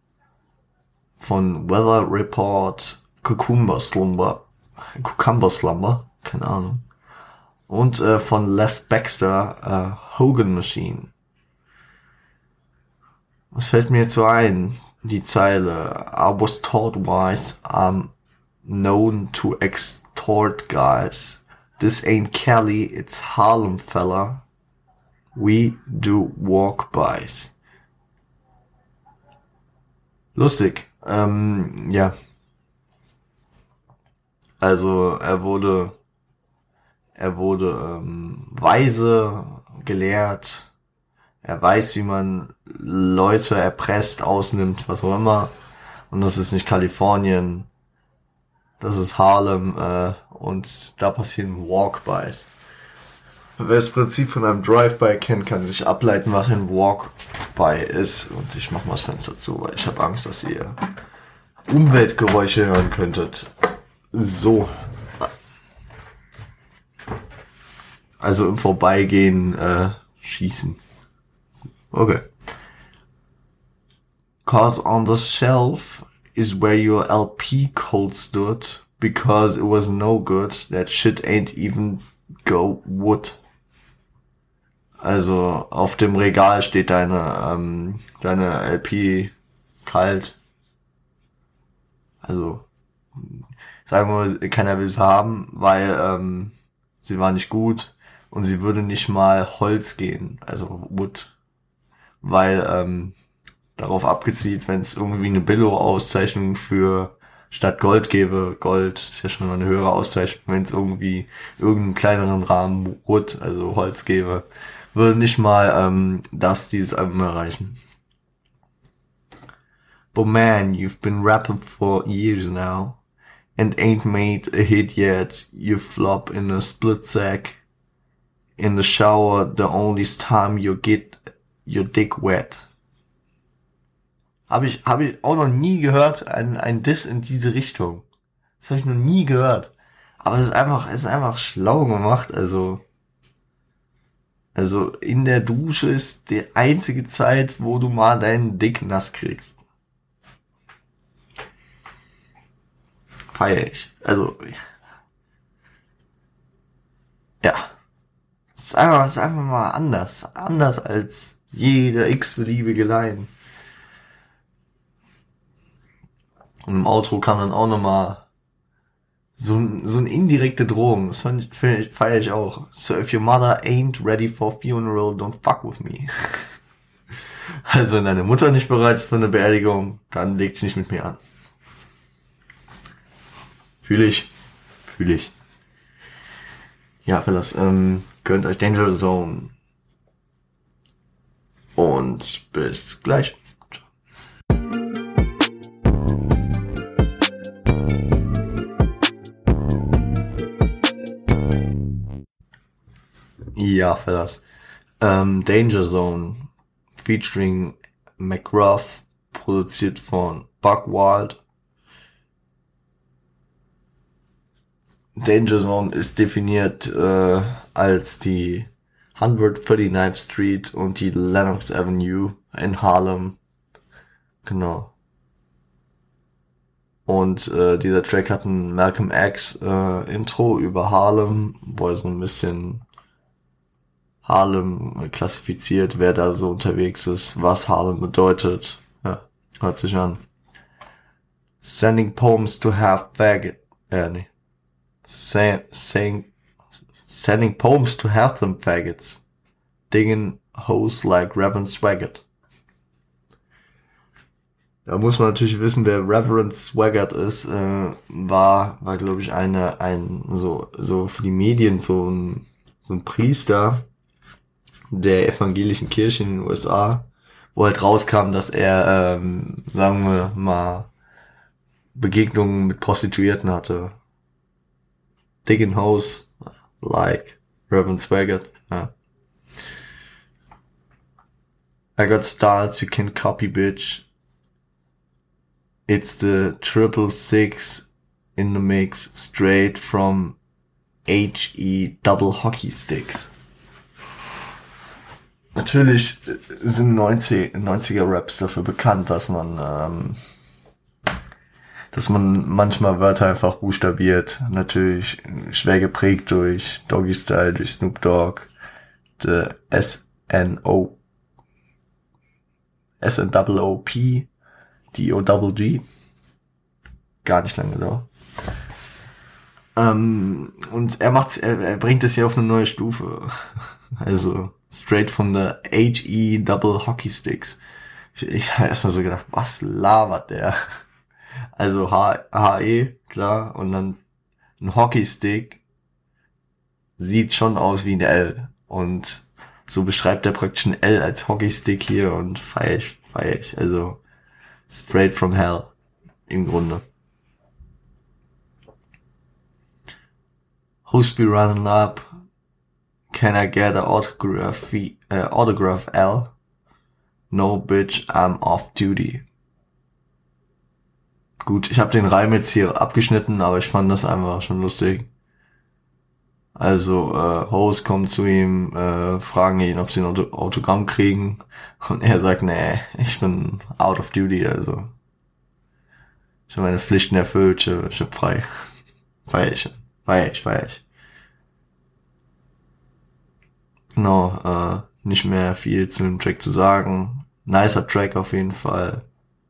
von Weather Report. Cucumber Slumber. Keine Ahnung. Und von Les Baxter. Hogan Machine. Was fällt mir jetzt so ein? Die Zeile, I was taught wise, I'm known to extort guys. This ain't Cali, it's Harlem, fella. We do walk-bys. Lustig. Ja. Also er wurde weise, gelehrt. Er weiß, wie man Leute erpresst, ausnimmt, was auch immer. Und das ist nicht Kalifornien, das ist Harlem, und da passieren Walk-bys. Wer das Prinzip von einem Drive-by kennt, kann sich ableiten, was ein Walk-by ist. Und ich mach mal das Fenster zu, weil ich habe Angst, dass ihr Umweltgeräusche hören könntet. So. Also im Vorbeigehen schießen. Okay. Cause on the shelf is where your LP cold stood, because it was no good, that shit ain't even go wood. Also auf dem Regal steht deine LP kalt. Also sagen wir, keiner will es haben, weil sie war nicht gut und sie würde nicht mal Holz gehen, also Wood, weil darauf abgezielt, wenn es irgendwie eine Billo-Auszeichnung für statt Gold gäbe, Gold ist ja schon mal eine höhere Auszeichnung, wenn es irgendwie irgendeinen kleineren Rahmen Wood, also Holz gäbe, würde nicht mal dieses Album erreichen. But man, you've been rapping for years now and ain't made a hit yet. You flop in a split sack. In the shower, the only time you get your dick wet. Hab ich auch noch nie gehört, ein Diss in diese Richtung. Das habe ich noch nie gehört. Aber es ist einfach schlau gemacht, also in der Dusche ist die einzige Zeit, wo du mal deinen Dick nass kriegst. Feier ich. Also, ja. Es ist einfach mal anders. Anders als jede x-beliebige Line. Und im Outro kam dann auch nochmal so eine indirekte Drohung. Das feiere ich auch. So if your mother ain't ready for funeral, don't fuck with me. Also wenn deine Mutter nicht bereit ist für eine Beerdigung, dann leg dich nicht mit mir an. Fühl ich. Ja, Fellas, gönnt euch Danger Zone. Und bis gleich. Ja, Fellas. Danger Zone featuring McGruff, produziert von Buck Wild. Danger Zone ist definiert als die 139th Street und die Lenox Avenue in Harlem. Genau. Und dieser Track hat ein Malcolm X Intro über Harlem, wo er so ein bisschen Harlem klassifiziert, wer da so unterwegs ist, was Harlem bedeutet. Ja, hört sich an. Sending poems to half faggot. Nee. Sending poems to half them faggots. Digging hoes like Reverend Swaggart. Da muss man natürlich wissen, wer Reverend Swaggart ist. War glaube ich so für die Medien so ein Priester der evangelischen Kirche in den USA, wo halt rauskam, dass er, sagen wir mal, Begegnungen mit Prostituierten hatte. Digging hoes like Reverend Swaggart. Ja. I got styles you can copy, bitch. It's the 666 in the mix, straight from HE double hockey sticks. Natürlich sind 90er Raps dafür bekannt, dass man manchmal Wörter einfach buchstabiert. Natürlich schwer geprägt durch Doggy Style, durch Snoop Dogg, the SNOOP, DOGG. Gar nicht lange da. Und er bringt es hier auf eine neue Stufe. Also straight from the HE double hockey sticks. Ich habe erstmal so gedacht, was labert der? Also HE, klar, und dann ein Hockeystick sieht schon aus wie ein L. Und so beschreibt er praktisch ein L als Hockeystick hier und feier ich. Also straight from hell im Grunde. Who's be running up? Can I get an autograph L? No bitch, I'm off duty. Gut, ich habe den Reim jetzt hier abgeschnitten, aber ich fand das einfach schon lustig. Also, Hoes kommen zu ihm, fragen ihn, ob sie ein Autogramm kriegen. Und er sagt, nee, ich bin out of duty, also. Ich habe meine Pflichten erfüllt, ich hab frei. Feier ich. Genau, nicht mehr viel zu dem Track zu sagen. Nicer Track auf jeden Fall.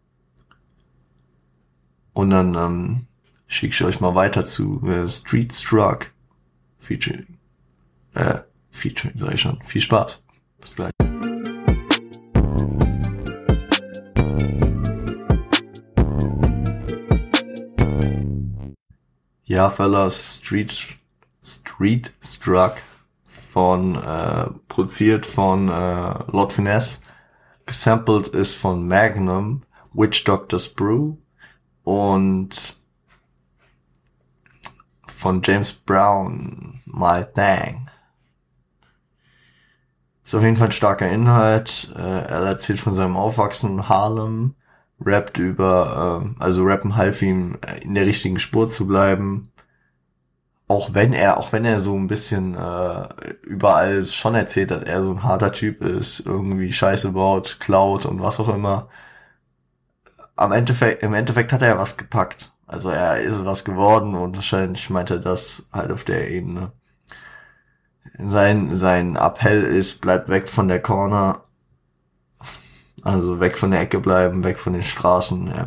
Und dann schicke ich euch mal weiter zu Street Struck. Featuring, sag ich schon. Viel Spaß. Bis gleich. Ja, Fellas, Street Struck produziert von Lord Finesse. Gesampled ist von Magnum, Witch Doctor's Brew und von James Brown, My Thing. Ist auf jeden Fall ein starker Inhalt. Er erzählt von seinem Aufwachsen in Harlem, rappt Rappen half ihm in der richtigen Spur zu bleiben. Auch wenn er so ein bisschen überall schon erzählt, dass er so ein harter Typ ist, irgendwie Scheiße baut, klaut und was auch immer. Im Endeffekt hat er ja was gepackt. Also er ist was geworden und wahrscheinlich meint er das halt auf der Ebene. Sein Appell ist, bleibt weg von der Corner. Also weg von der Ecke bleiben, weg von den Straßen, ja.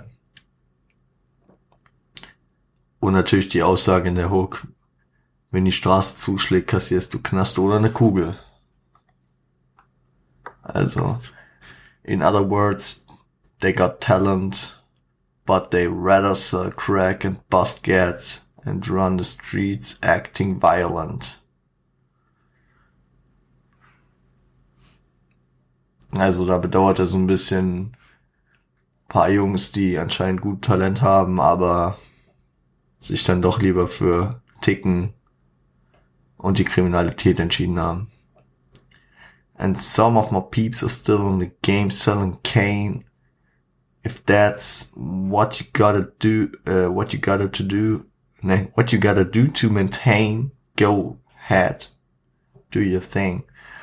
Und natürlich die Aussage in der Hook, wenn die Straße zuschlägt, kassierst du Knast oder eine Kugel. Also, in other words, they got talent, but they rather sell crack and bust gats and run the streets acting violent. Also da bedauert er so ein bisschen paar Jungs, die anscheinend gut Talent haben, aber sich dann doch lieber für Ticken und die Kriminalität entschieden haben. And some of my peeps are still in the game selling cane. If that's what you gotta do to maintain, go ahead, do your thing.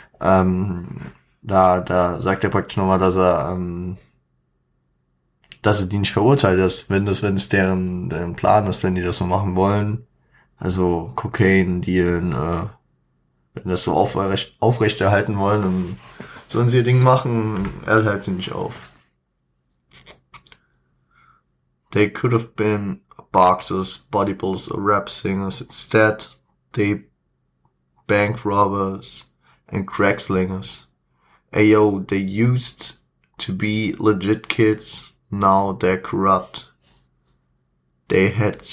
Da sagt er praktisch nochmal, dass er die nicht verurteilt ist, wenn es deren Plan ist, wenn die das so machen wollen. Also Cocaine dealen, wenn das so aufrechterhalten wollen, dann sollen sie ihr Ding machen, er hält sie nicht auf. They could have been boxers, bodybuilders or rap singers. Instead, they bank robbers and crack slingers. Ayo, they used to be legit kids, now they're corrupt. They had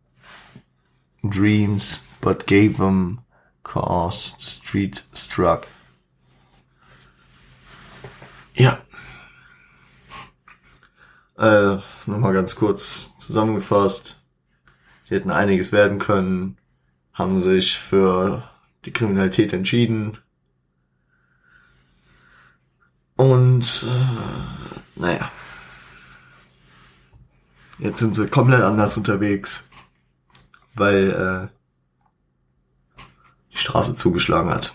dreams, but gave them cause the street struck. Ja. Nochmal ganz kurz zusammengefasst. Die hätten einiges werden können, haben sich für die Kriminalität entschieden. Und, naja. Jetzt sind sie komplett anders unterwegs, weil die Straße zugeschlagen hat.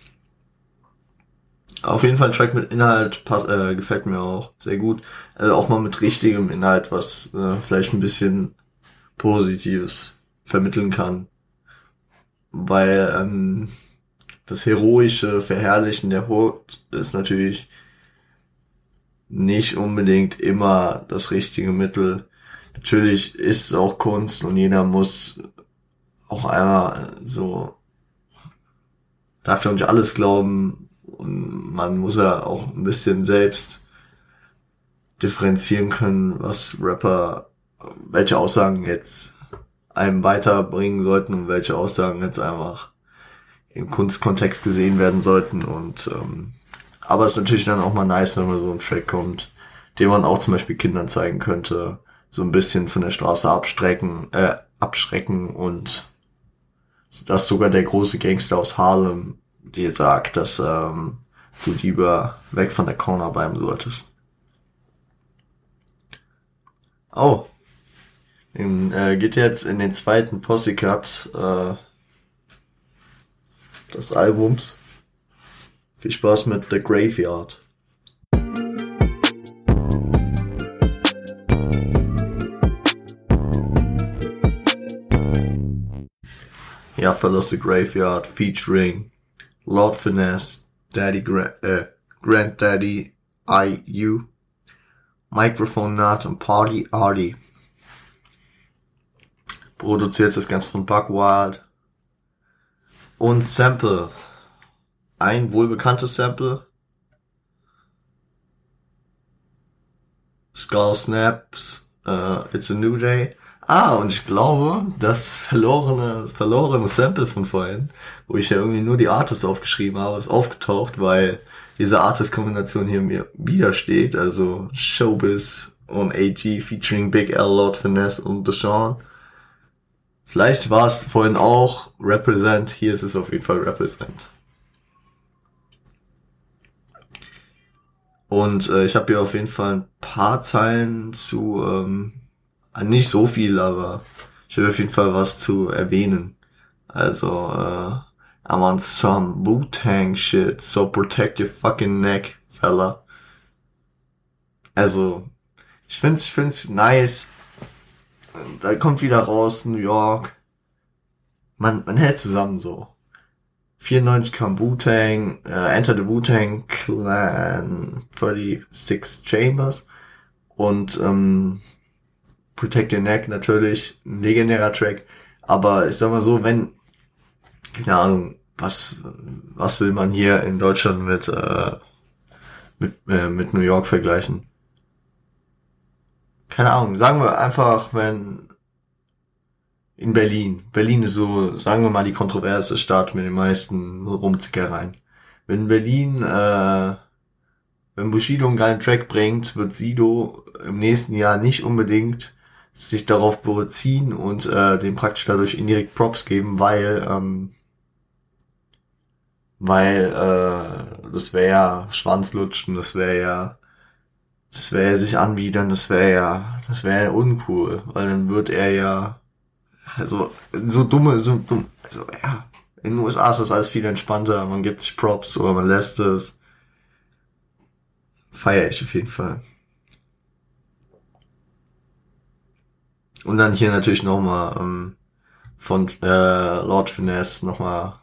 Auf jeden Fall ein Track mit Inhalt, gefällt mir auch sehr gut. Auch mal mit richtigem Inhalt, was vielleicht ein bisschen Positives vermitteln kann. Weil das heroische Verherrlichen der Hood ist natürlich nicht unbedingt immer das richtige Mittel. Natürlich ist es auch Kunst und jeder muss auch einmal so, darf ja nicht alles glauben. Und man muss ja auch ein bisschen selbst differenzieren können, was Rapper, welche Aussagen jetzt einem weiterbringen sollten und welche Aussagen jetzt einfach im Kunstkontext gesehen werden sollten. Und aber es ist natürlich dann auch mal nice, wenn man so einen Track kommt, den man auch zum Beispiel Kindern zeigen könnte, so ein bisschen von der Straße abschrecken und dass sogar der große Gangster aus Harlem dir sagt, dass du lieber weg von der Corner bleiben solltest. Oh, dann geht jetzt in den zweiten Posse-Cut des Albums. Viel Spaß mit The Graveyard. Ja, Fellas, The Graveyard featuring Lord Finesse, Granddaddy IU, Microphone Nut und Party Arty. Produziert das Ganze von Buck Wild. Und Sample. Ein wohlbekanntes Sample. Skull Snaps, It's a New Day. Und ich glaube, das verlorene Sample von vorhin, wo ich ja irgendwie nur die Artist aufgeschrieben habe, ist aufgetaucht, weil diese Artist-Kombination hier mir widersteht. Also Showbiz und AG featuring Big L, Lord Finesse und Deshaun. Vielleicht war es vorhin auch Represent, hier ist es auf jeden Fall Represent. Und ich habe hier auf jeden Fall ein paar Zeilen zu, nicht so viel, aber ich will auf jeden Fall was zu erwähnen. Also, I'm on some Wu-Tang shit, so protect your fucking neck, fella. Also, ich find's nice. Da kommt wieder raus, New York. Man hält zusammen so. 94 kam Wu-Tang, Enter the Wu-Tang Clan, 36 Chambers und Protect Your Neck natürlich, ein legendärer Track. Aber ich sag mal so, wenn, keine Ahnung, was will man hier in Deutschland mit New York vergleichen? Keine Ahnung, sagen wir einfach, wenn in Berlin ist so, sagen wir mal, die kontroverse Stadt mit den meisten Rumzickereien. Wenn wenn Bushido einen geilen Track bringt, wird Sido im nächsten Jahr nicht unbedingt sich darauf beziehen und dem praktisch dadurch indirekt Props geben, weil das wäre ja Schwanzlutschen, das wäre ja sich anbiedern, das wäre ja uncool, weil dann wird er ja so dumm, also ja, in den USA ist das alles viel entspannter, man gibt sich Props oder man lässt es. Feier ich auf jeden Fall. Und dann hier natürlich nochmal von Lord Finesse nochmal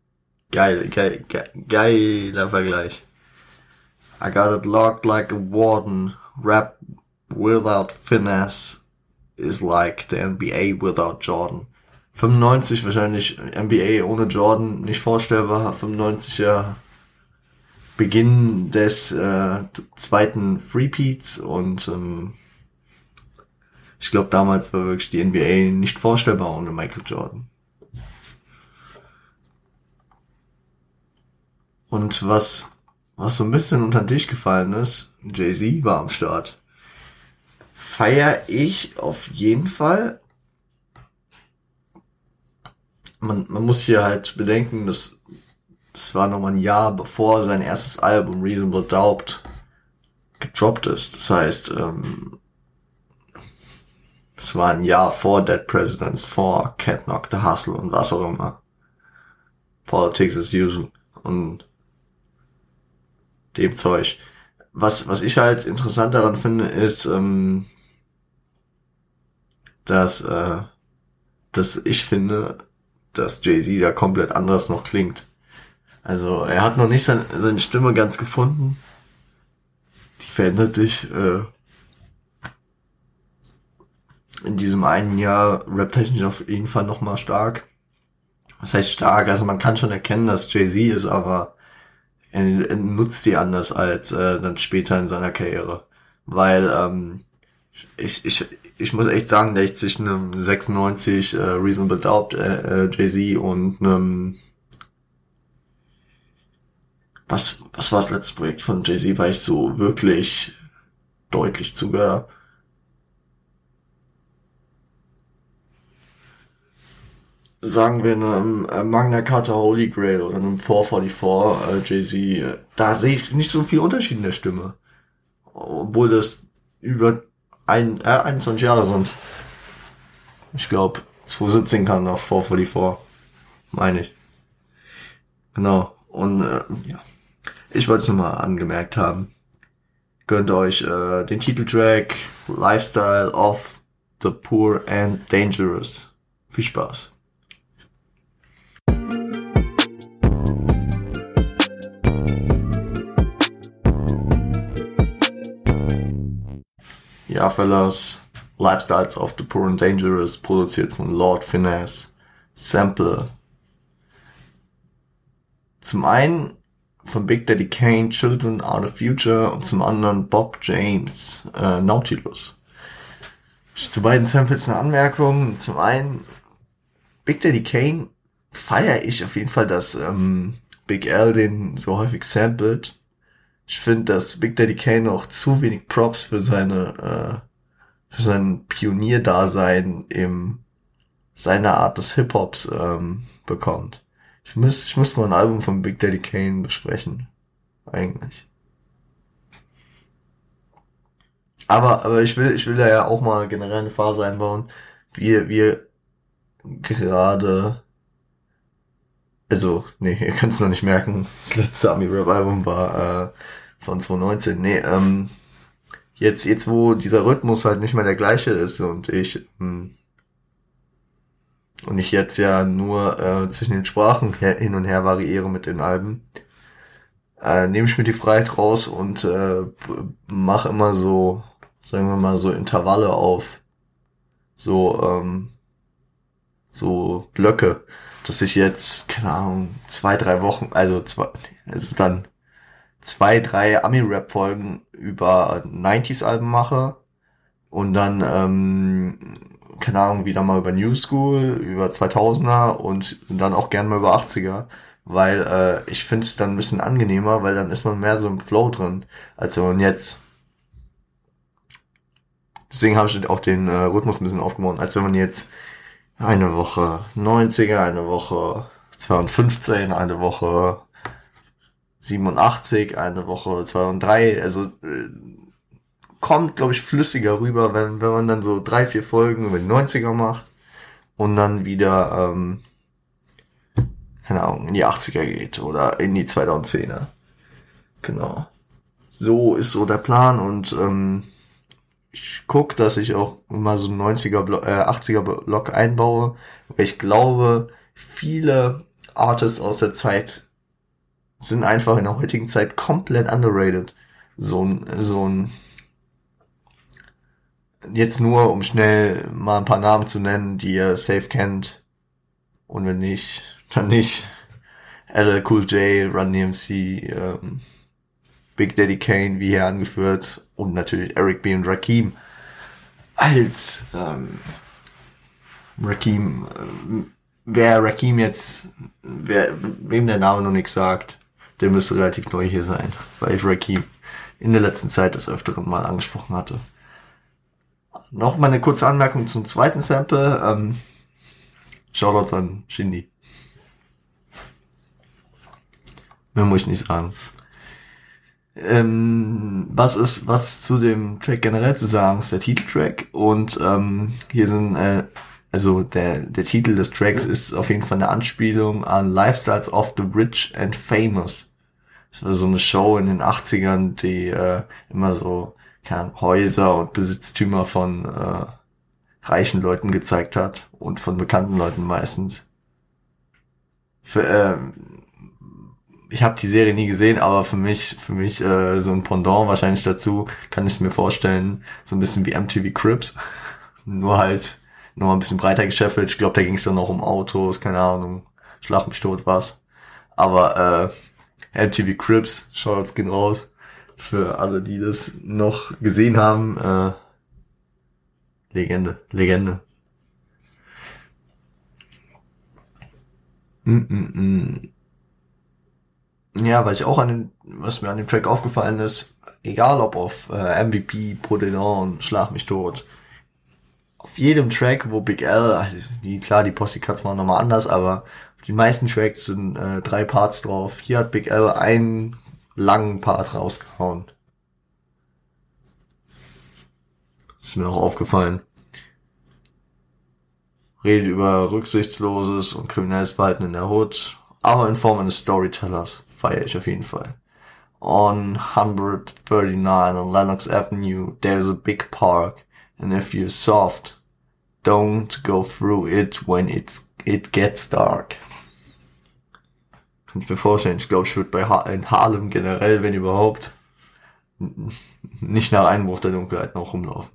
geiler Vergleich. I got it locked like a warden. Rap without finesse is like the NBA without Jordan. 95 wahrscheinlich NBA ohne Jordan nicht vorstellbar. 95er Beginn des zweiten Threepeats und ich glaube damals war wirklich die NBA nicht vorstellbar ohne Michael Jordan. Und was so ein bisschen unter den Tisch gefallen ist, Jay-Z war am Start. Feier ich auf jeden Fall. Man muss hier halt bedenken, das war nochmal ein Jahr bevor sein erstes Album Reasonable Doubt gedroppt ist. Das heißt, es war ein Jahr vor Dead Presidents, vor Can't Knock the Hustle und was auch immer. Politics as usual und dem Zeug. Was ich halt interessant daran finde, ist, dass ich finde, dass Jay-Z da komplett anders noch klingt. Also er hat noch nicht seine Stimme ganz gefunden. Die verändert sich in diesem einen Jahr raptechnisch auf jeden Fall nochmal stark. Was heißt stark? Also man kann schon erkennen, dass Jay-Z ist, aber er nutzt die anders als dann später in seiner Karriere. Weil ich muss echt sagen, dass ich zwischen einem 96 Reasonable Doubt Jay-Z und einem was war das letzte Projekt von Jay-Z, weil ich so wirklich deutlich zugehört. Sagen wir einem Magna Carta Holy Grail oder einem 444 Jay-Z, da sehe ich nicht so viel Unterschied in der Stimme. Obwohl das über 21 Jahre sind. Ich glaube, 2017 kam noch 444, meine ich. Genau. Und ja, ich wollte es nur mal angemerkt haben. Gönnt euch den Titeltrack Lifestyle of the Poor and Dangerous. Viel Spaß. Ja, Fellas, Lifestyles of the Poor and Dangerous, produziert von Lord Finesse, Sample. Zum einen von Big Daddy Kane, Children Are the Future, und zum anderen Bob James, Nautilus. Zu beiden Samples eine Anmerkung. Zum einen, Big Daddy Kane feiere ich auf jeden Fall, dass Big L den so häufig samplet. Ich finde, dass Big Daddy Kane noch zu wenig Props für sein Pionierdasein in seiner Art des Hip-Hops bekommt. Ich müsste mal ein Album von Big Daddy Kane besprechen. Eigentlich. Aber ich will da ja auch mal generell eine Phase einbauen. Wir gerade, also, nee, ihr könnt es noch nicht merken. Das letzte Ami-Rap-Album war von 2019. Nee, jetzt wo dieser Rhythmus halt nicht mehr der gleiche ist und ich jetzt ja nur zwischen den Sprachen hin und her variiere mit den Alben, nehme ich mir die Freiheit raus und mache immer so, sagen wir mal, so Intervalle auf, so Blöcke, dass ich jetzt, keine Ahnung, 2-3 Wochen, also dann 2-3 Ami-Rap-Folgen über 90s-Alben mache und dann, keine Ahnung, wieder mal über New School, über 2000er und dann auch gern mal über 80er, weil ich finde es dann ein bisschen angenehmer, weil dann ist man mehr so im Flow drin, als wenn man jetzt, deswegen habe ich auch den Rhythmus ein bisschen aufgebaut, als wenn man jetzt eine Woche 90er, eine Woche 2015, eine Woche 87, eine Woche 203, also kommt, glaube ich, flüssiger rüber, wenn man dann so 3-4 Folgen über die 90er macht und dann wieder, keine Ahnung, in die 80er geht oder in die 2010er. Genau. So ist so der Plan und ich guck, dass ich auch immer so 80er Block einbaue, weil ich glaube, viele Artists aus der Zeit sind einfach in der heutigen Zeit komplett underrated. So ein jetzt nur, um schnell mal ein paar Namen zu nennen, die ihr safe kennt. Und wenn nicht, dann nicht. LL Cool J, Run DMC, Big Daddy Kane, wie hier angeführt. Und natürlich Eric B. und Rakim. Als Rakim, wem der Name noch nichts sagt, der müsste relativ neu hier sein, weil ich Rakim in der letzten Zeit des Öfteren mal angesprochen hatte. Noch mal eine kurze Anmerkung zum zweiten Sample. Shoutouts an Shindy. Mehr muss ich nicht sagen. Was zu dem Track generell zu sagen ist der Titeltrack und hier sind also der Titel des Tracks ist auf jeden Fall eine Anspielung an Lifestyles of the Rich and Famous. Das war so eine Show in den 80ern, die immer so Häuser und Besitztümer von reichen Leuten gezeigt hat und von bekannten Leuten meistens. Ich habe die Serie nie gesehen, aber für mich so ein Pendant wahrscheinlich dazu kann ich mir vorstellen, so ein bisschen wie MTV Cribs, nur halt nochmal ein bisschen breiter gescheffelt. Ich glaube, da ging es dann noch um Autos, keine Ahnung, Schlag mich tot was. Aber MTV Cribs, Shoutouts gehen raus für alle, die das noch gesehen haben. Legende. Ja, was mir an dem Track aufgefallen ist, egal ob auf MVP, Prodelon, Schlag mich tot, auf jedem Track, wo Big L, also die Posse Cuts waren nochmal anders, aber auf die meisten Tracks sind 3 Parts drauf. Hier hat Big L einen langen Part rausgehauen. Ist mir auch aufgefallen. Redet über rücksichtsloses und kriminelles Verhalten in der Hood, aber in Form eines Storytellers. Feiere ich auf jeden Fall. On 139 on Lenox Avenue, there's a big park, and if you're soft, don't go through it when it gets dark. Kann ich mir vorstellen, ich glaube, ich würde in Harlem generell, wenn überhaupt, nicht nach Einbruch der Dunkelheit noch rumlaufen.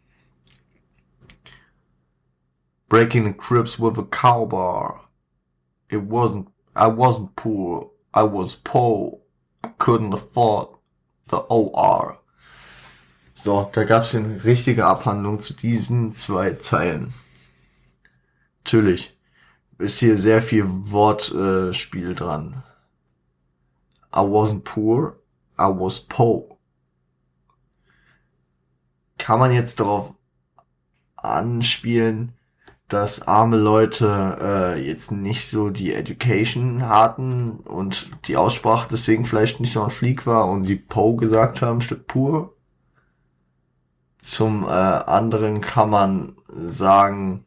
Breaking the cribs with a cowbar. I wasn't poor. I was poor. I couldn't afford the OR. So, da gab's eine richtige Abhandlung zu diesen 2 Zeilen. Natürlich ist hier sehr viel Wortspiel dran. I wasn't poor. I was poor. Kann man jetzt darauf anspielen, dass arme Leute jetzt nicht so die Education hatten und die Aussprache deswegen vielleicht nicht so ein Fleek war und die Po gesagt haben statt pur. Zum anderen kann man sagen,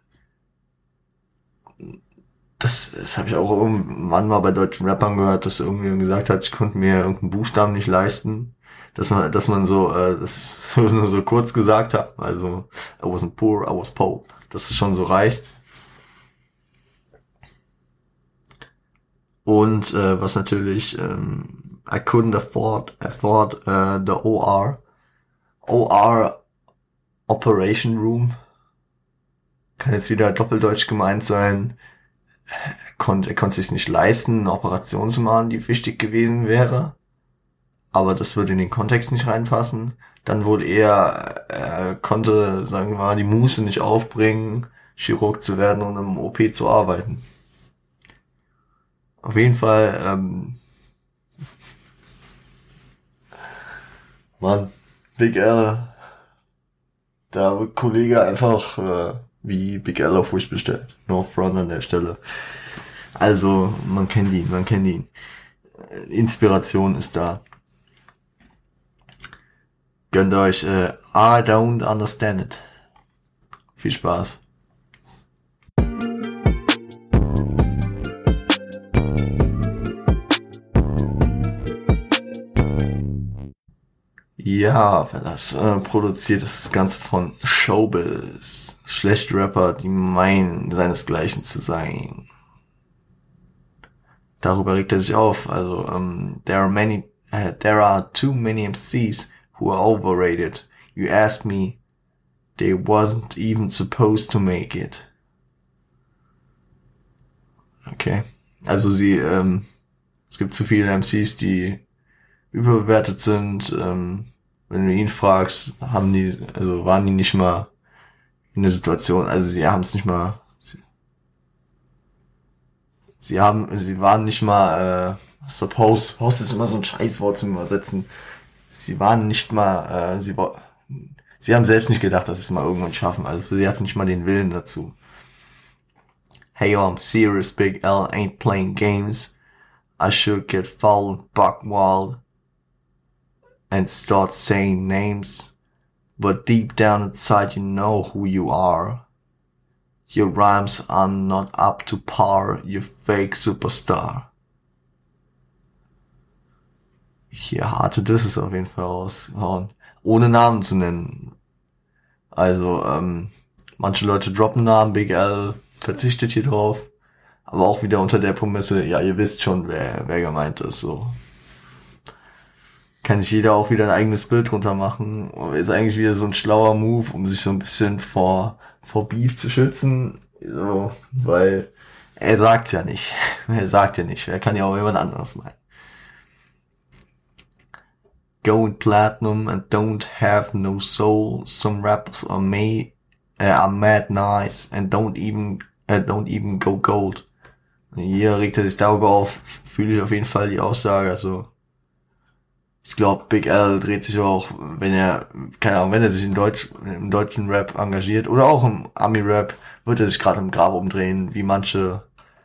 das habe ich auch irgendwann mal bei deutschen Rappern gehört, dass irgendwie gesagt hat, ich konnte mir irgendeinen Buchstaben nicht leisten. Dass man so das nur so kurz gesagt hat, also I wasn't poor, I was po. Das ist schon so reicht. Und was natürlich I couldn't afford the OR. OR Operation Room. Kann jetzt wieder doppeldeutsch gemeint sein. Er konnte sich nicht leisten, eine Operation zu machen, die wichtig gewesen wäre. Aber das würde in den Kontext nicht reinpassen. Dann wohl er konnte, sagen wir mal, die Muße nicht aufbringen, Chirurg zu werden und im OP zu arbeiten. Auf jeden Fall, Mann, Big L, da wird Kollege einfach wie Big L auf Wish bestellt. No front an der Stelle. Also, man kennt ihn. Inspiration ist da. Gönnt euch I Don't Understand It. Viel Spaß. Ja, das produziert ist das Ganze von Showbiz. Schlechte Rapper, die meinen, seinesgleichen zu sein. Darüber regt er sich auf. Also, there are too many MCs who are overrated. You asked me, they wasn't even supposed to make it. Okay. Also es gibt zu viele MCs, die überbewertet sind. Wenn du ihn fragst, waren die nicht mal in der Situation, also sie haben es nicht mal, sie waren nicht mal, supposed ist immer so ein Scheißwort zum Übersetzen. Sie waren nicht mal, sie haben selbst nicht gedacht, dass sie es mal irgendwann schaffen. Also sie hatten nicht mal den Willen dazu. Hey, yo, I'm serious, Big L ain't playing games. I should get foul and buck wild and start saying names. But deep down inside you know who you are. Your rhymes are not up to par, you fake superstar. Hier harte Disses auf jeden Fall raushauen. Ohne Namen zu nennen. Also, manche Leute droppen Namen, Big L verzichtet hier drauf. Aber auch wieder unter der Prämisse, ja, ihr wisst schon, wer gemeint ist, so. Kann sich jeder auch wieder ein eigenes Bild drunter machen. Ist eigentlich wieder so ein schlauer Move, um sich so ein bisschen vor Beef zu schützen. So, weil er sagt ja nicht. Er kann ja auch jemand anderes meinen. Going platinum and don't have no soul. Some rappers are I'm mad nice and don't even go gold. Hier regt er sich darüber auf, fühle ich auf jeden Fall die Aussage, also ich glaube, Big L dreht sich auch, wenn er, keine Ahnung, wenn er sich im deutschen Rap engagiert oder auch im Ami-Rap, wird er sich gerade im Grab umdrehen, wie manche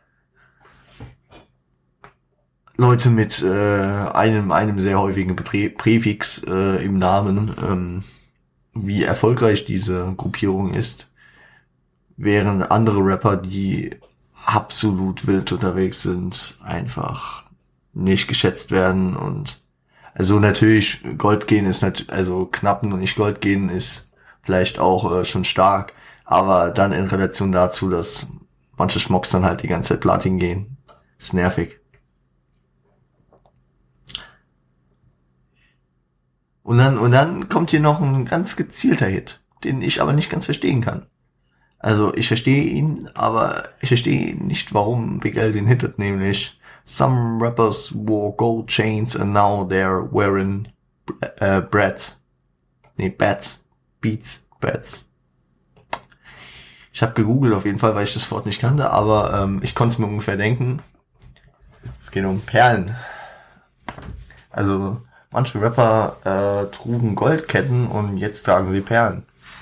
Leute mit einem sehr häufigen Präfix im Namen, wie erfolgreich diese Gruppierung ist, während andere Rapper, die absolut wild unterwegs sind, einfach nicht geschätzt werden. Und also natürlich Gold gehen ist also knappen und nicht Gold gehen ist vielleicht auch schon stark, aber dann in Relation dazu, dass manche Schmocks dann halt die ganze Zeit Platin gehen, ist nervig. Und dann kommt hier noch ein ganz gezielter Hit, den ich aber nicht ganz verstehen kann. Also ich verstehe ihn, aber ich verstehe nicht, warum Big L den hittet, nämlich Some rappers wore gold chains and now they're wearing Beats. Ich habe gegoogelt auf jeden Fall, weil ich das Wort nicht kannte, aber ich konnte es mir ungefähr denken. Es geht um Perlen. Also manche Rapper trugen Goldketten und jetzt tragen sie Perlen.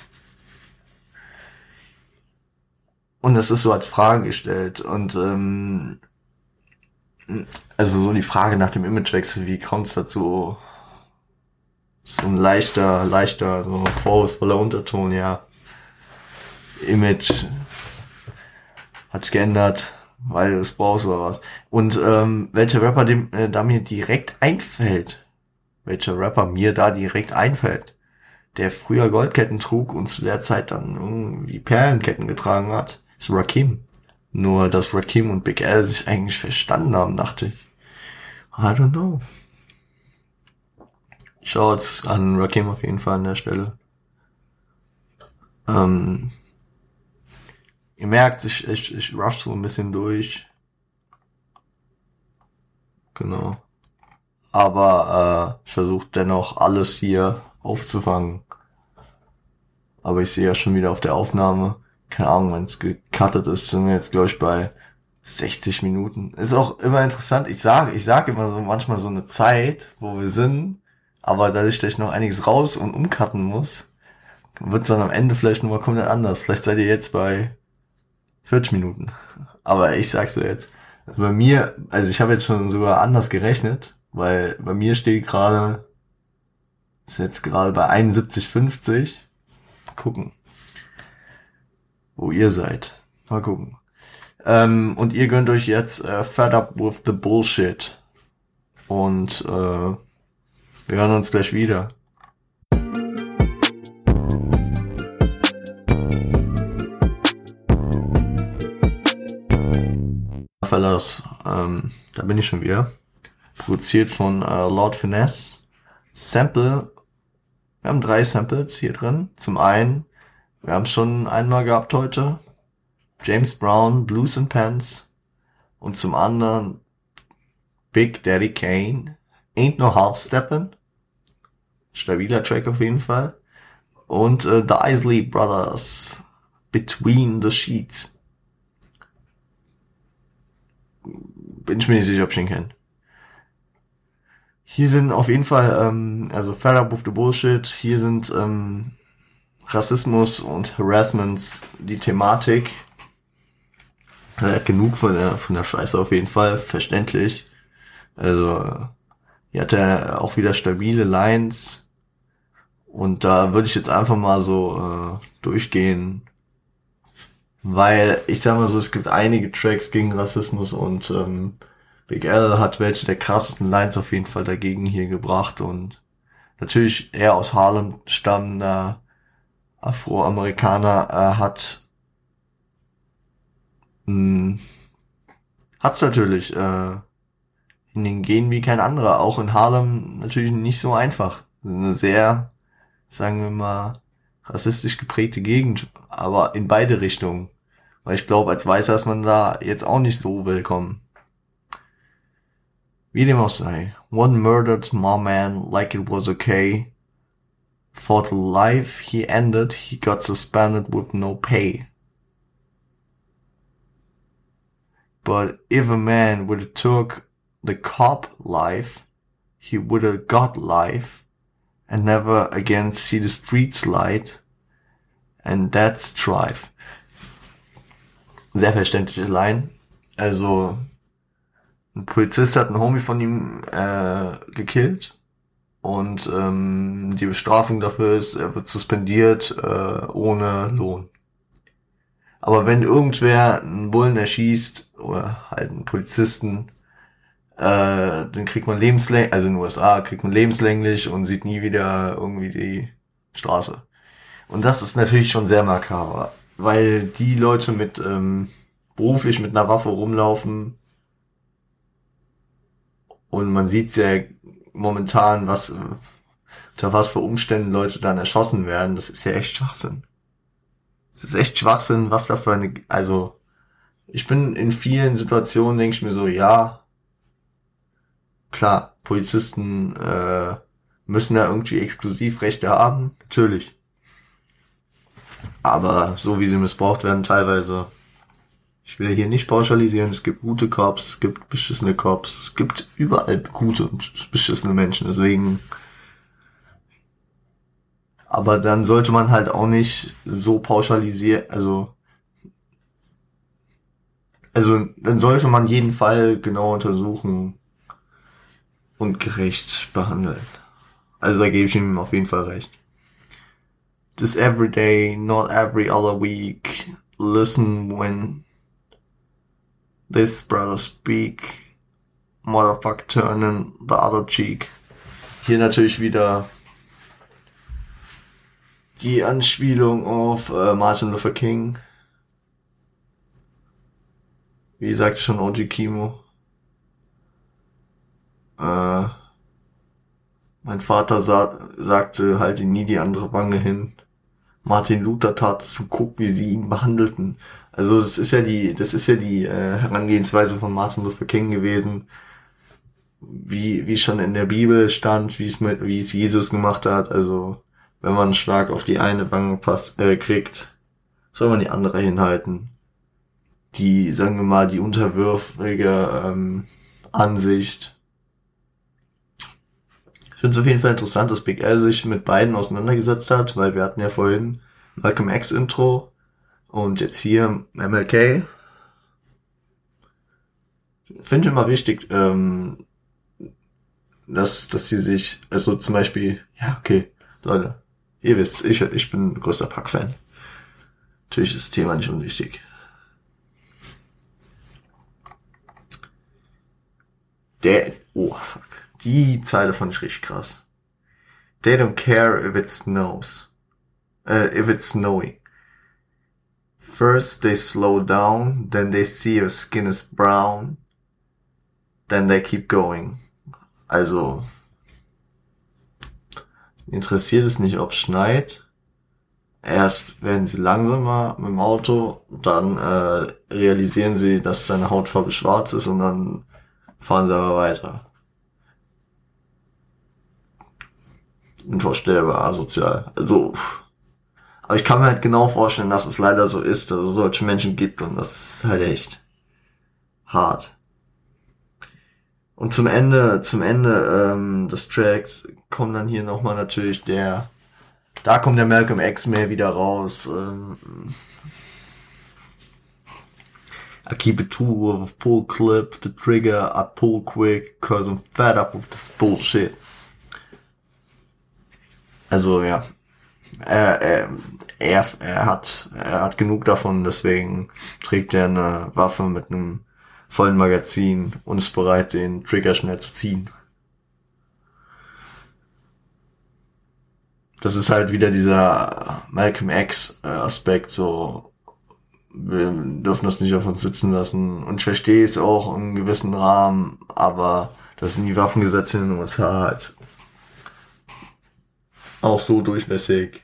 Und das ist so als Frage gestellt. Und also so die Frage nach dem Imagewechsel, wie kommt es dazu? So ein leichter, so vorwurfsvoller Unterton, ja. Image hat sich geändert, weil du es brauchst oder was. Und welcher Rapper da mir direkt einfällt, der früher Goldketten trug und zu der Zeit dann irgendwie Perlenketten getragen hat, ist Rakim. Nur, dass Rakim und Big L sich eigentlich verstanden haben, dachte ich. I don't know. Shouts an Rakim auf jeden Fall an der Stelle. Ihr merkt, ich rush so ein bisschen durch. Genau. Aber ich versuche dennoch alles hier aufzufangen. Aber ich sehe ja schon wieder auf der Aufnahme, keine Ahnung, wenn es gecuttet ist, sind wir jetzt, glaube ich, bei 60 Minuten. Ist auch immer interessant, ich sag immer so manchmal so eine Zeit, wo wir sind, aber dadurch, dass ich noch einiges raus und umcutten muss, wird's dann am Ende vielleicht nochmal komplett anders. Vielleicht seid ihr jetzt bei 40 Minuten. Aber ich sag's dir jetzt. Also bei mir, also ich habe jetzt schon sogar anders gerechnet, weil bei mir steht gerade, ist jetzt gerade bei 71,50. Gucken, wo ihr seid. Mal gucken. Und ihr gönnt euch jetzt Fed Up with the Bullshit. Und wir hören uns gleich wieder. Fellas, da bin ich schon wieder. Produziert von Lord Finesse. Sample. Wir haben 3 Samples hier drin. Zum einen, wir haben schon einmal gehabt heute, James Brown, Blues and Pants. Und zum anderen, Big Daddy Kane, Ain't No Half Steppin'. Stabiler Track auf jeden Fall. Und The Isley Brothers, Between the Sheets. Bin ich mir nicht sicher, ob ich ihn kenne. Hier sind auf jeden Fall, also Fed Up with the Bullshit, hier sind Rassismus und Harassments die Thematik. Genug von der Scheiße auf jeden Fall, verständlich. Also hier hat er auch wieder stabile Lines und da würde ich jetzt einfach mal so durchgehen, weil ich sag mal so, es gibt einige Tracks gegen Rassismus und Big L hat welche der krassesten Lines auf jeden Fall dagegen hier gebracht und natürlich er aus Harlem stammender Afroamerikaner hat's natürlich in den Genen wie kein anderer, auch in Harlem natürlich nicht so einfach. Eine sehr, sagen wir mal, rassistisch geprägte Gegend, aber in beide Richtungen. Weil ich glaube, als Weißer ist man da jetzt auch nicht so willkommen. Wie dem auch sei. One murdered my man like it was okay. For the life he ended, he got suspended with no pay. But if a man would have took the cop life, he would have got life and never again see the streets light. And that's strife. Sehr verständliche Line. Also, ein Polizist hat einen Homie von ihm gekillt. Und die Bestrafung dafür ist, er wird suspendiert ohne Lohn. Aber wenn irgendwer einen Bullen erschießt, oder halt einen Polizisten, dann kriegt man lebenslänglich, also in den USA kriegt man lebenslänglich und sieht nie wieder irgendwie die Straße. Und das ist natürlich schon sehr makaber, weil die Leute mit beruflich mit einer Waffe rumlaufen und man sieht ja momentan, unter was für Umständen Leute dann erschossen werden, das ist ja echt Schwachsinn. Es ist echt Schwachsinn, was da für also, ich bin in vielen Situationen, denke ich mir so, ja, klar, Polizisten müssen ja irgendwie Exklusivrechte haben, natürlich. Aber so wie sie missbraucht werden teilweise, ich will hier nicht pauschalisieren, es gibt gute Cops, es gibt beschissene Cops, es gibt überall gute und beschissene Menschen, deswegen. Aber dann sollte man halt auch nicht so pauschalisieren, also dann sollte man jeden Fall genau untersuchen und gerecht behandeln. Also da gebe ich ihm auf jeden Fall recht. This every day, not every other week. Listen when this brother speak. Motherfucker turning the other cheek. Hier natürlich wieder die Anspielung auf Martin Luther King. Wie sagte schon OG Kimo. Mein Vater sagte, halte nie die andere Wange hin. Martin Luther tat es und guck, wie sie ihn behandelten. Also das ist ja die Herangehensweise von Martin Luther King gewesen, wie schon in der Bibel stand, wie es Jesus gemacht hat. Also wenn man einen Schlag auf die eine Wange kriegt, soll man die andere hinhalten. Die, sagen wir mal, die unterwürfige Ansicht. Ich finde es auf jeden Fall interessant, dass Big L sich mit beiden auseinandergesetzt hat, weil wir hatten ja vorhin Malcolm X Intro und jetzt hier MLK. Finde ich immer wichtig, dass sie sich, also zum Beispiel, ja okay, Leute, ihr wisst, ich bin ein größter Pac-Fan. Natürlich ist das Thema nicht unwichtig. Oh fuck. Die Zeile fand ich richtig krass. They don't care if it snows. If it's snowy. First they slow down, then they see your skin is brown, then they keep going. Also, interessiert es nicht, ob es schneit. Erst werden sie langsamer mit dem Auto, dann realisieren sie, dass seine Hautfarbe schwarz ist und dann fahren sie aber weiter. Unvorstellbar, asozial. Also, aber ich kann mir halt genau vorstellen, dass es leider so ist, dass es solche Menschen gibt und das ist halt echt hart. Und zum Ende des Tracks kommt dann hier nochmal natürlich da kommt der Malcolm X mehr wieder raus. I keep it to a full clip, the trigger I pull quick, cause I'm fed up with this bullshit. Also ja, er hat genug davon, deswegen trägt er eine Waffe mit einem vollen Magazin und ist bereit, den Trigger schnell zu ziehen. Das ist halt wieder dieser Malcolm X Aspekt, so wir dürfen das nicht auf uns sitzen lassen. Und ich verstehe es auch in einem gewissen Rahmen, aber das sind die Waffengesetze in den USA halt auch so durchlässig.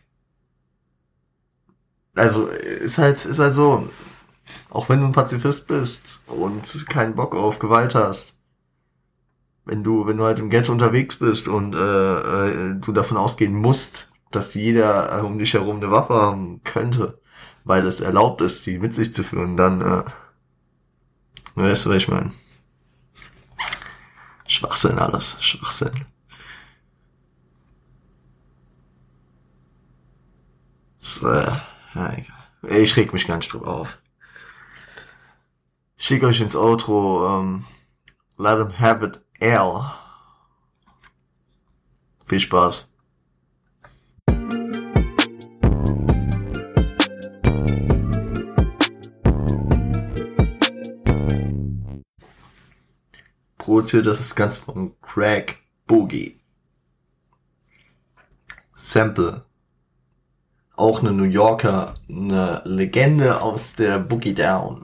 Also ist halt so, auch wenn du ein Pazifist bist und keinen Bock auf Gewalt hast, wenn du halt im Ghetto unterwegs bist und du davon ausgehen musst, dass jeder um dich herum eine Waffe haben könnte, weil es erlaubt ist, die mit sich zu führen, dann, weißt du, was ich meine? Schwachsinn alles, Schwachsinn. So, ja, egal. Ich reg mich gar nicht drüber auf. Ich schicke euch ins Outro, Let 'em have it, L. Viel Spaß. Produziert das ist ganz von Craig Boogie. Sample. Auch eine New Yorker, eine Legende aus der Boogie Down.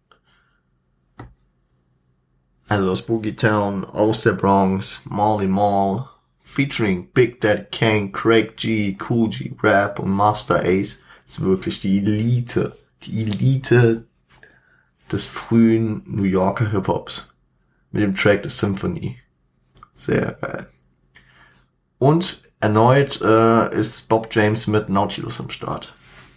Also aus Boogie Town, aus der Bronx, Marley Marl, featuring Big Daddy Kane, Craig G, Cool G, Rap und Master Ace. Das ist wirklich die Elite des frühen New Yorker Hip-Hops. Mit dem Track The Symphony. Sehr geil. Und erneut ist Bob James mit Nautilus am Start.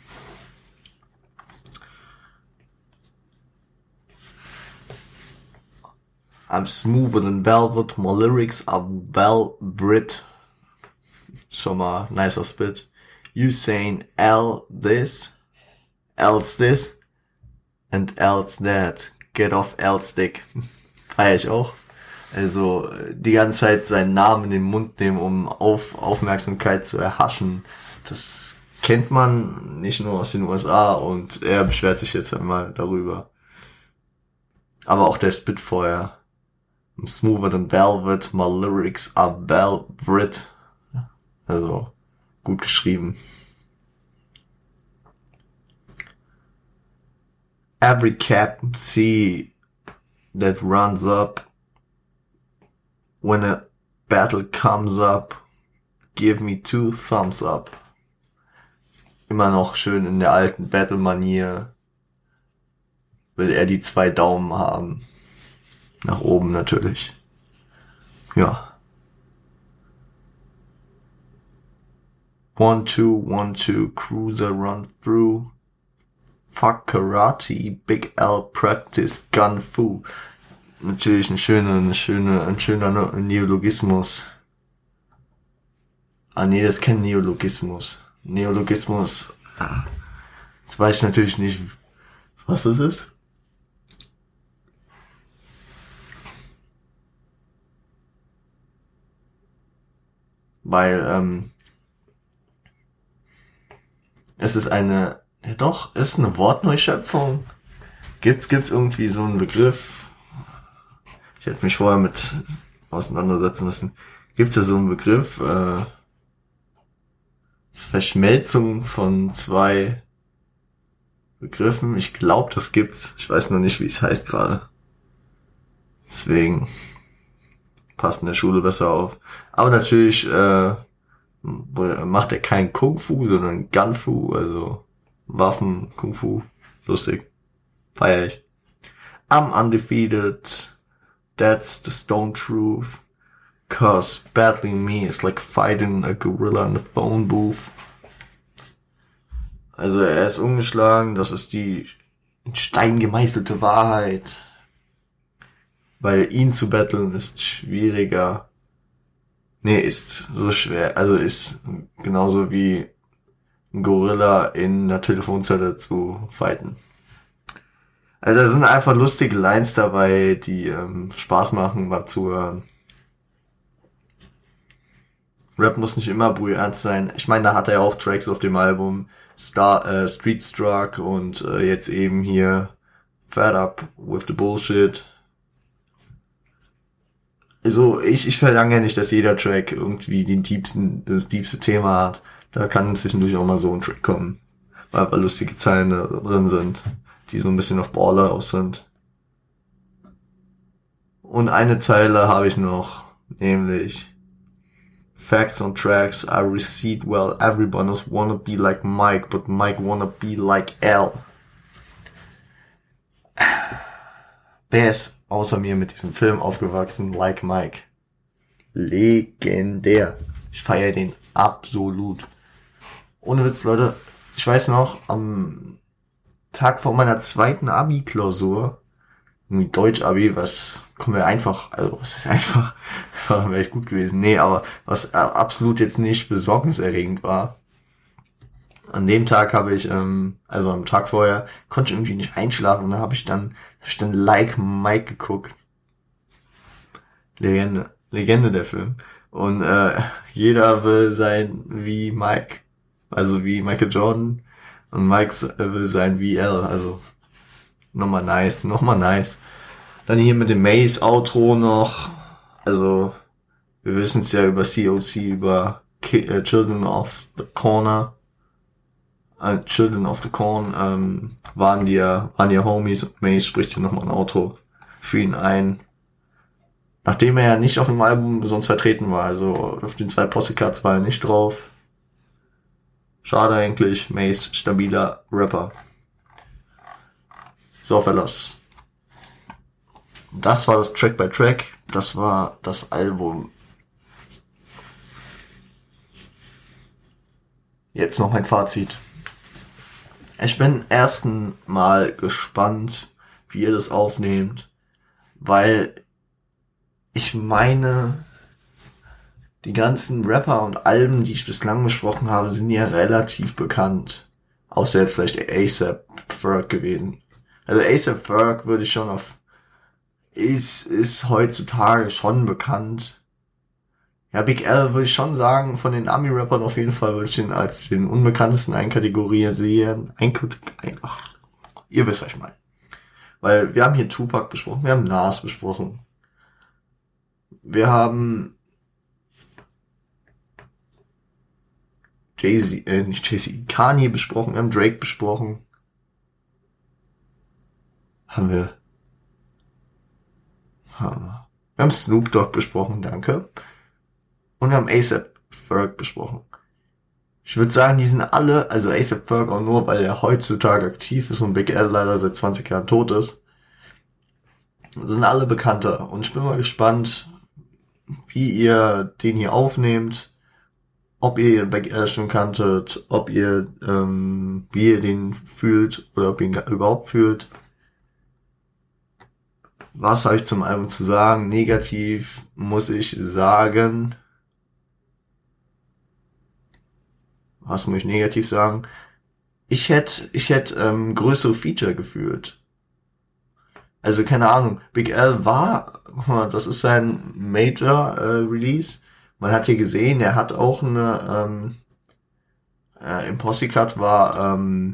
I'm smoother than velvet, my lyrics are velvet. Schon mal nicer Spit. You saying L this, else this, and else that. Get off L's dick. Feier ich auch. Also die ganze Zeit seinen Namen in den Mund nehmen, um Aufmerksamkeit zu erhaschen. Das kennt man nicht nur aus den USA und er beschwert sich jetzt einmal darüber. Aber auch der Spit vorher. I'm smoother than velvet, my lyrics are velvet. Also gut geschrieben. Every captain that runs up when a battle comes up, give me 2 thumbs up. Immer noch schön in der alten Battle-Manier will er die 2 Daumen haben. Nach oben natürlich. Ja. 1, 2, 1, 2, cruiser run through. Fuck Karate, Big L practice Gun Fu. Natürlich ein schöner Neologismus. Ah nee, das ist kein Neologismus. Neologismus, jetzt weiß ich natürlich nicht, was das ist. Weil, es ist eine, ja doch, es ist eine Wortneuschöpfung. Gibt's irgendwie so einen Begriff? Ich hätte mich vorher mit auseinandersetzen müssen. Gibt's ja so einen Begriff, Verschmelzung von 2 Begriffen. Ich glaube, das gibt's. Ich weiß noch nicht, wie es heißt gerade. Deswegen passt in der Schule besser auf. Aber natürlich macht er kein Kung Fu, sondern Gun Fu, also Waffen, Kung Fu. Lustig. Feier ich. I'm undefeated. That's the stone truth. 'Cause battling me is like fighting a gorilla in the phone booth. Also er ist ungeschlagen, das ist die in Stein gemeißelte Wahrheit. Weil ihn zu battlen ist schwieriger. Nee, ist so schwer. Also ist genauso wie ein Gorilla in einer Telefonzelle zu fighten. Also da sind einfach lustige Lines dabei, die Spaß machen beim Zuhören. Rap muss nicht immer brühend sein. Ich meine, da hat er ja auch Tracks auf dem Album. Street Struck und jetzt eben hier Fed Up with the Bullshit. Also ich verlange ja nicht, dass jeder Track irgendwie das tiefste Thema hat. Da kann zwischendurch auch mal so ein Track kommen. Weil einfach lustige Zeilen da drin sind, die so ein bisschen auf Baller aus sind. Und eine Zeile habe ich noch, nämlich Facts on tracks, I recede well, everyone else wanna be like Mike, but Mike wanna be like L. Wer ist außer mir mit diesem Film aufgewachsen, Like Mike? Legendär. Ich feiere den absolut. Ohne Witz, Leute, ich weiß noch, am Tag vor meiner zweiten Abi-Klausur, Deutsch-Abi, was kommen wir einfach, also was ist einfach, wäre echt gut gewesen. Nee, aber was absolut jetzt nicht besorgniserregend war, an dem Tag habe ich, also am Tag vorher, konnte ich irgendwie nicht einschlafen und dann habe ich dann Like Mike geguckt. Legende der Film. Und jeder will sein wie Mike, also wie Michael Jordan, und Mike will sein wie L, also nochmal nice. Dann hier mit dem Maze-Outro noch, also wir wissen es ja über COC, über Children of the Corner, Children of the Corn, waren die ja Homies, und Maze spricht hier nochmal ein Outro für ihn ein. Nachdem er ja nicht auf dem Album sonst vertreten war, also auf den 2 Possecards war er nicht drauf. Schade eigentlich, Mace, stabiler Rapper. So, Fellas. Das war das Track by Track, das war das Album. Jetzt noch mein Fazit. Ich bin ersten Mal gespannt, wie ihr das aufnehmt, weil ich meine, die ganzen Rapper und Alben, die ich bislang besprochen habe, sind ja relativ bekannt. Außer jetzt vielleicht A$AP Ferg gewesen. Also A$AP Ferg würde ich schon ist heutzutage schon bekannt. Ja, Big L würde ich schon sagen, von den Ami-Rappern auf jeden Fall würde ich ihn als den unbekanntesten einkategorisieren. Ihr wisst, was ich meine. Weil wir haben hier Tupac besprochen, wir haben Nas besprochen. Wir haben Kanye besprochen, wir haben Drake besprochen. Wir haben Snoop Dogg besprochen, danke. Und wir haben A$AP Ferg besprochen. Ich würde sagen, die sind alle, also A$AP Ferg auch nur, weil er heutzutage aktiv ist und Big L leider seit 20 Jahren tot ist, sind alle bekannter. Und ich bin mal gespannt, wie ihr den hier aufnehmt, ob ihr Big L schon kanntet, ob ihr, wie ihr den fühlt oder ob ihr ihn überhaupt fühlt. Was habe ich zum Album zu sagen? Negativ muss ich sagen. Was muss ich negativ sagen? Ich hätte größere Feature gefühlt. Also keine Ahnung, Big L war, guck mal, das ist sein Major Release. Man hat hier gesehen, er hat auch eine im Posse-Cut war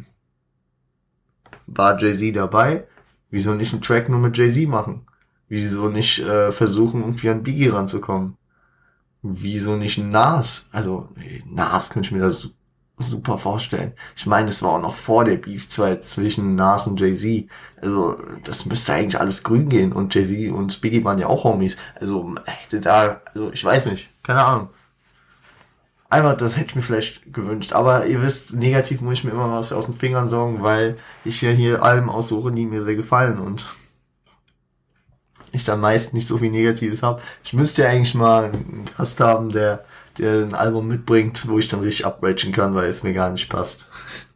Jay-Z dabei. Wieso nicht einen Track nur mit Jay-Z machen? Wieso nicht versuchen, irgendwie an Biggie ranzukommen? Wieso nicht Nas? Also Nas könnte ich mir das super vorstellen. Ich meine, es war auch noch vor der Beef zwischen Nas und Jay-Z. Also das müsste eigentlich alles grün gehen. Und Jay-Z und Biggie waren ja auch Homies. Also ich weiß nicht. Keine Ahnung. Einfach, das hätte ich mir vielleicht gewünscht. Aber ihr wisst, negativ muss ich mir immer was aus den Fingern saugen, weil ich ja hier Alben aussuche, die mir sehr gefallen und ich dann meist nicht so viel Negatives habe. Ich müsste ja eigentlich mal einen Gast haben, der ein Album mitbringt, wo ich dann richtig abragen kann, weil es mir gar nicht passt.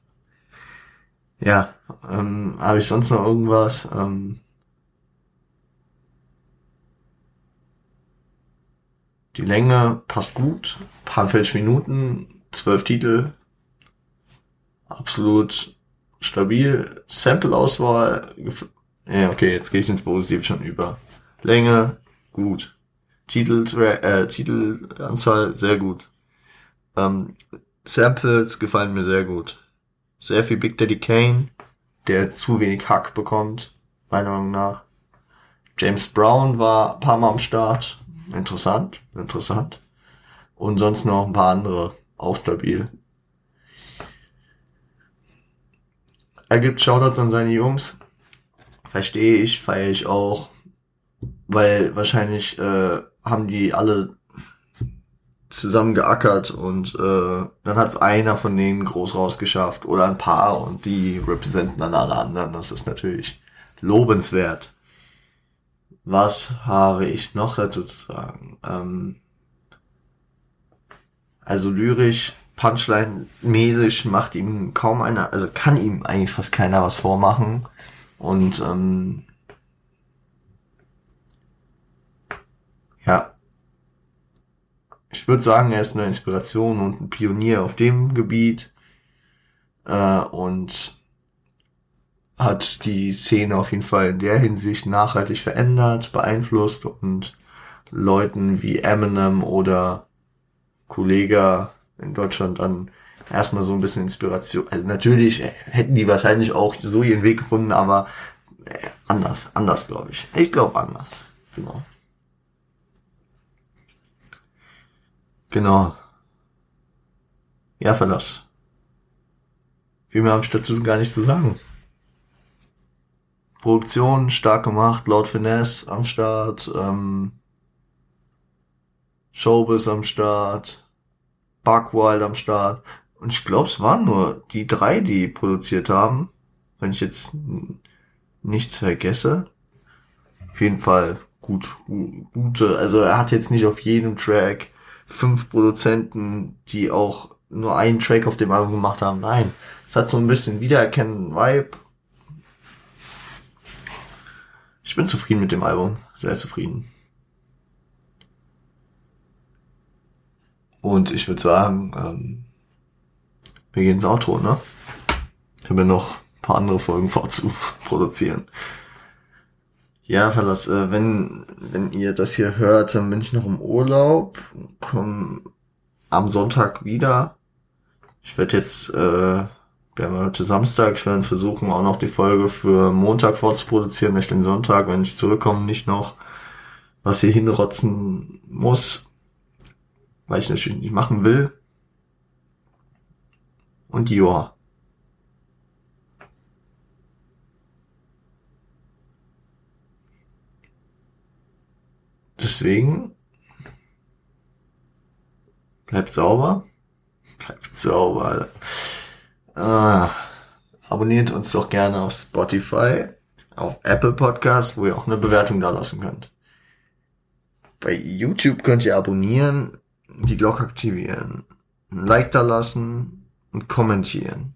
Ja, habe ich sonst noch irgendwas? Die Länge passt gut. Paar 40 Minuten, 12 Titel. Absolut stabil. Sample-Auswahl. Ja, okay, jetzt gehe ich ins Positive schon über. Länge, gut. Titelanzahl, sehr gut. Samples gefallen mir sehr gut. Sehr viel Big Daddy Kane, der zu wenig Hack bekommt, meiner Meinung nach. James Brown war ein paar Mal am Start. Interessant. Und sonst noch ein paar andere, auch stabil. Er gibt Shoutouts an seine Jungs. Verstehe ich, feiere ich auch. Weil wahrscheinlich haben die alle zusammen geackert und dann hat's einer von denen groß rausgeschafft oder ein paar und die repräsentieren dann alle anderen. Das ist natürlich lobenswert. Was habe ich noch dazu zu sagen? Also lyrisch Punchline-mäßig macht ihm kaum einer, also kann ihm eigentlich fast keiner was vormachen. Und ja, ich würde sagen, er ist eine Inspiration und ein Pionier auf dem Gebiet und hat die Szene auf jeden Fall in der Hinsicht nachhaltig verändert, beeinflusst und Leuten wie Eminem oder Kollega in Deutschland dann erstmal so ein bisschen Inspiration. Also natürlich hätten die wahrscheinlich auch so ihren Weg gefunden, aber anders glaube ich. Ich glaube anders. Genau. Ja, Verlass. Viel mehr habe ich dazu gar nicht zu sagen. Produktion stark gemacht, laut Finesse am Start, Showbiz am Start, Buckwild am Start. Und ich glaube, es waren nur die 3, die produziert haben. Wenn ich jetzt nichts vergesse. Auf jeden Fall gute, also er hat jetzt nicht auf jedem Track 5 Produzenten, die auch nur einen Track auf dem Album gemacht haben. Nein, es hat so ein bisschen wiedererkennenden Vibe. Ich bin zufrieden mit dem Album, sehr zufrieden. Und ich würde sagen, wir gehen ins Outro, ne? Ich habe ja noch ein paar andere Folgen vorzuproduzieren. Ja, Verlass, wenn ihr das hier hört, dann bin ich noch im Urlaub, komme am Sonntag wieder. Ich werde jetzt, wir haben heute Samstag, ich werde versuchen, auch noch die Folge für Montag vorzuproduzieren, nicht den Sonntag, wenn ich zurückkomme, nicht noch was hier hinrotzen muss, weil ich natürlich nicht machen will. Und joa. Deswegen bleibt sauber. Bleibt sauber, Alter. Abonniert uns doch gerne auf Spotify, auf Apple Podcast, wo ihr auch eine Bewertung da lassen könnt. Bei YouTube könnt ihr abonnieren, die Glocke aktivieren, ein Like da lassen und kommentieren.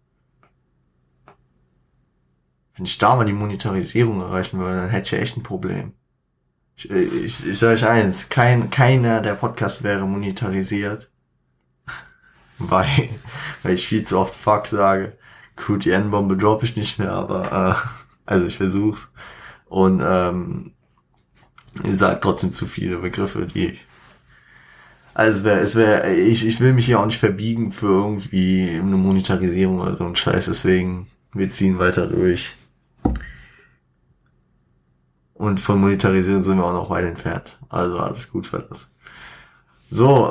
Wenn ich da mal die Monetarisierung erreichen würde, dann hätte ich echt ein Problem. Ich sage euch eins, keiner der Podcast wäre monetarisiert, weil ich viel zu oft Fuck sage. Gut, die N-Bombe droppe ich nicht mehr, aber also ich versuch's. Und ihr sagt trotzdem zu viele Begriffe, die also ich will mich hier auch nicht verbiegen für irgendwie eine Monetarisierung oder so ein Scheiß, deswegen wir ziehen weiter durch. Und von Monetarisierung sind wir auch noch weit entfernt. Also alles gut für das. So,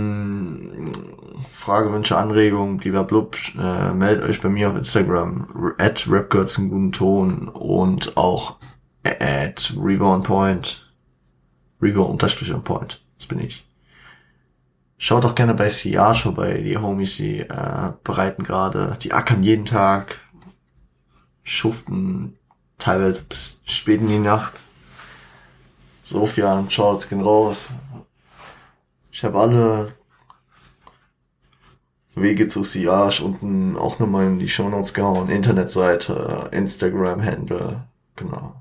Frage, Wünsche, Anregungen, blub, meldet euch bei mir auf Instagram, @rapgirls einen guten Ton und auch @revo_on_point, Revo_on_point, das bin ich. Schaut auch gerne bei Siage vorbei, die Homies, die bereiten gerade, die ackern jeden Tag, schuften teilweise bis spät in die Nacht. Sofian, Charles gehen raus. Ich habe alle Wege zu Siage unten auch nochmal in die Shownotes gehauen. Internetseite, Instagram-Handle, genau.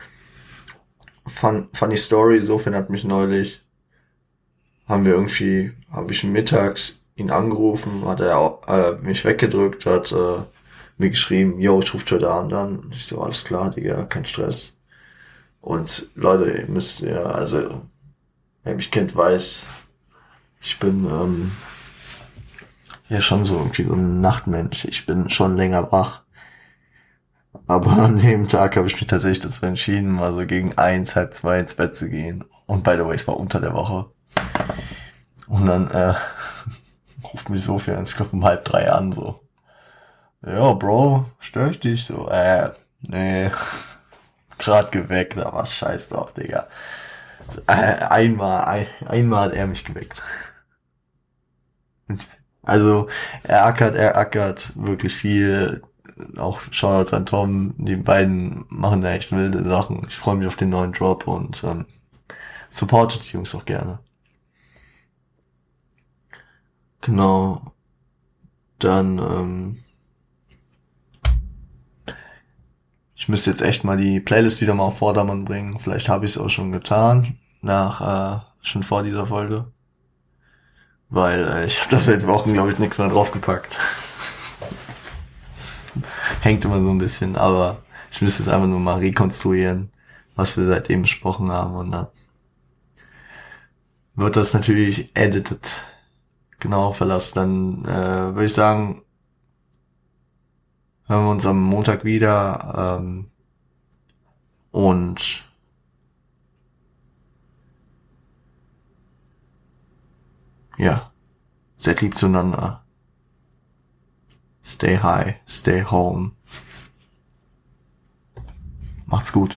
Funny Story, Sofian hat mich neulich, habe ich mittags ihn angerufen, hat er mich weggedrückt, hat mir geschrieben, yo, ich rufe heute Abend an. Ich so, alles klar, Digga, kein Stress. Und Leute, ihr müsst ja, also, wer mich kennt, weiß, ich bin ja schon so irgendwie so ein Nachtmensch. Ich bin schon länger wach. Aber an dem Tag habe ich mich tatsächlich dazu entschieden, mal so gegen 1, halb 2 ins Bett zu gehen. Und by the way, es war unter der Woche. Und dann ruft mich Sofian, ich glaube um 2:30 an, so. Ja, Bro, stör ich dich? So, nee. Grad geweckt, aber scheiß drauf, Digga. Einmal hat er mich geweckt. Also, er ackert wirklich viel. Auch Shoutouts an Tom, die beiden machen da echt wilde Sachen. Ich freue mich auf den neuen Drop und supportet die Jungs auch gerne. Genau. Dann, ich müsste jetzt echt mal die Playlist wieder mal auf Vordermann bringen. Vielleicht habe ich es auch schon getan, schon vor dieser Folge. Weil ich habe da seit Wochen, glaube ich, nichts mehr draufgepackt. Das hängt immer so ein bisschen, aber ich müsste es einfach nur mal rekonstruieren, was wir seitdem besprochen haben, und dann wird das natürlich edited. Genau, verlassen. Dann würde ich sagen, hören wir uns am Montag wieder, und ja, seid lieb zueinander. Stay high, stay home. Macht's gut.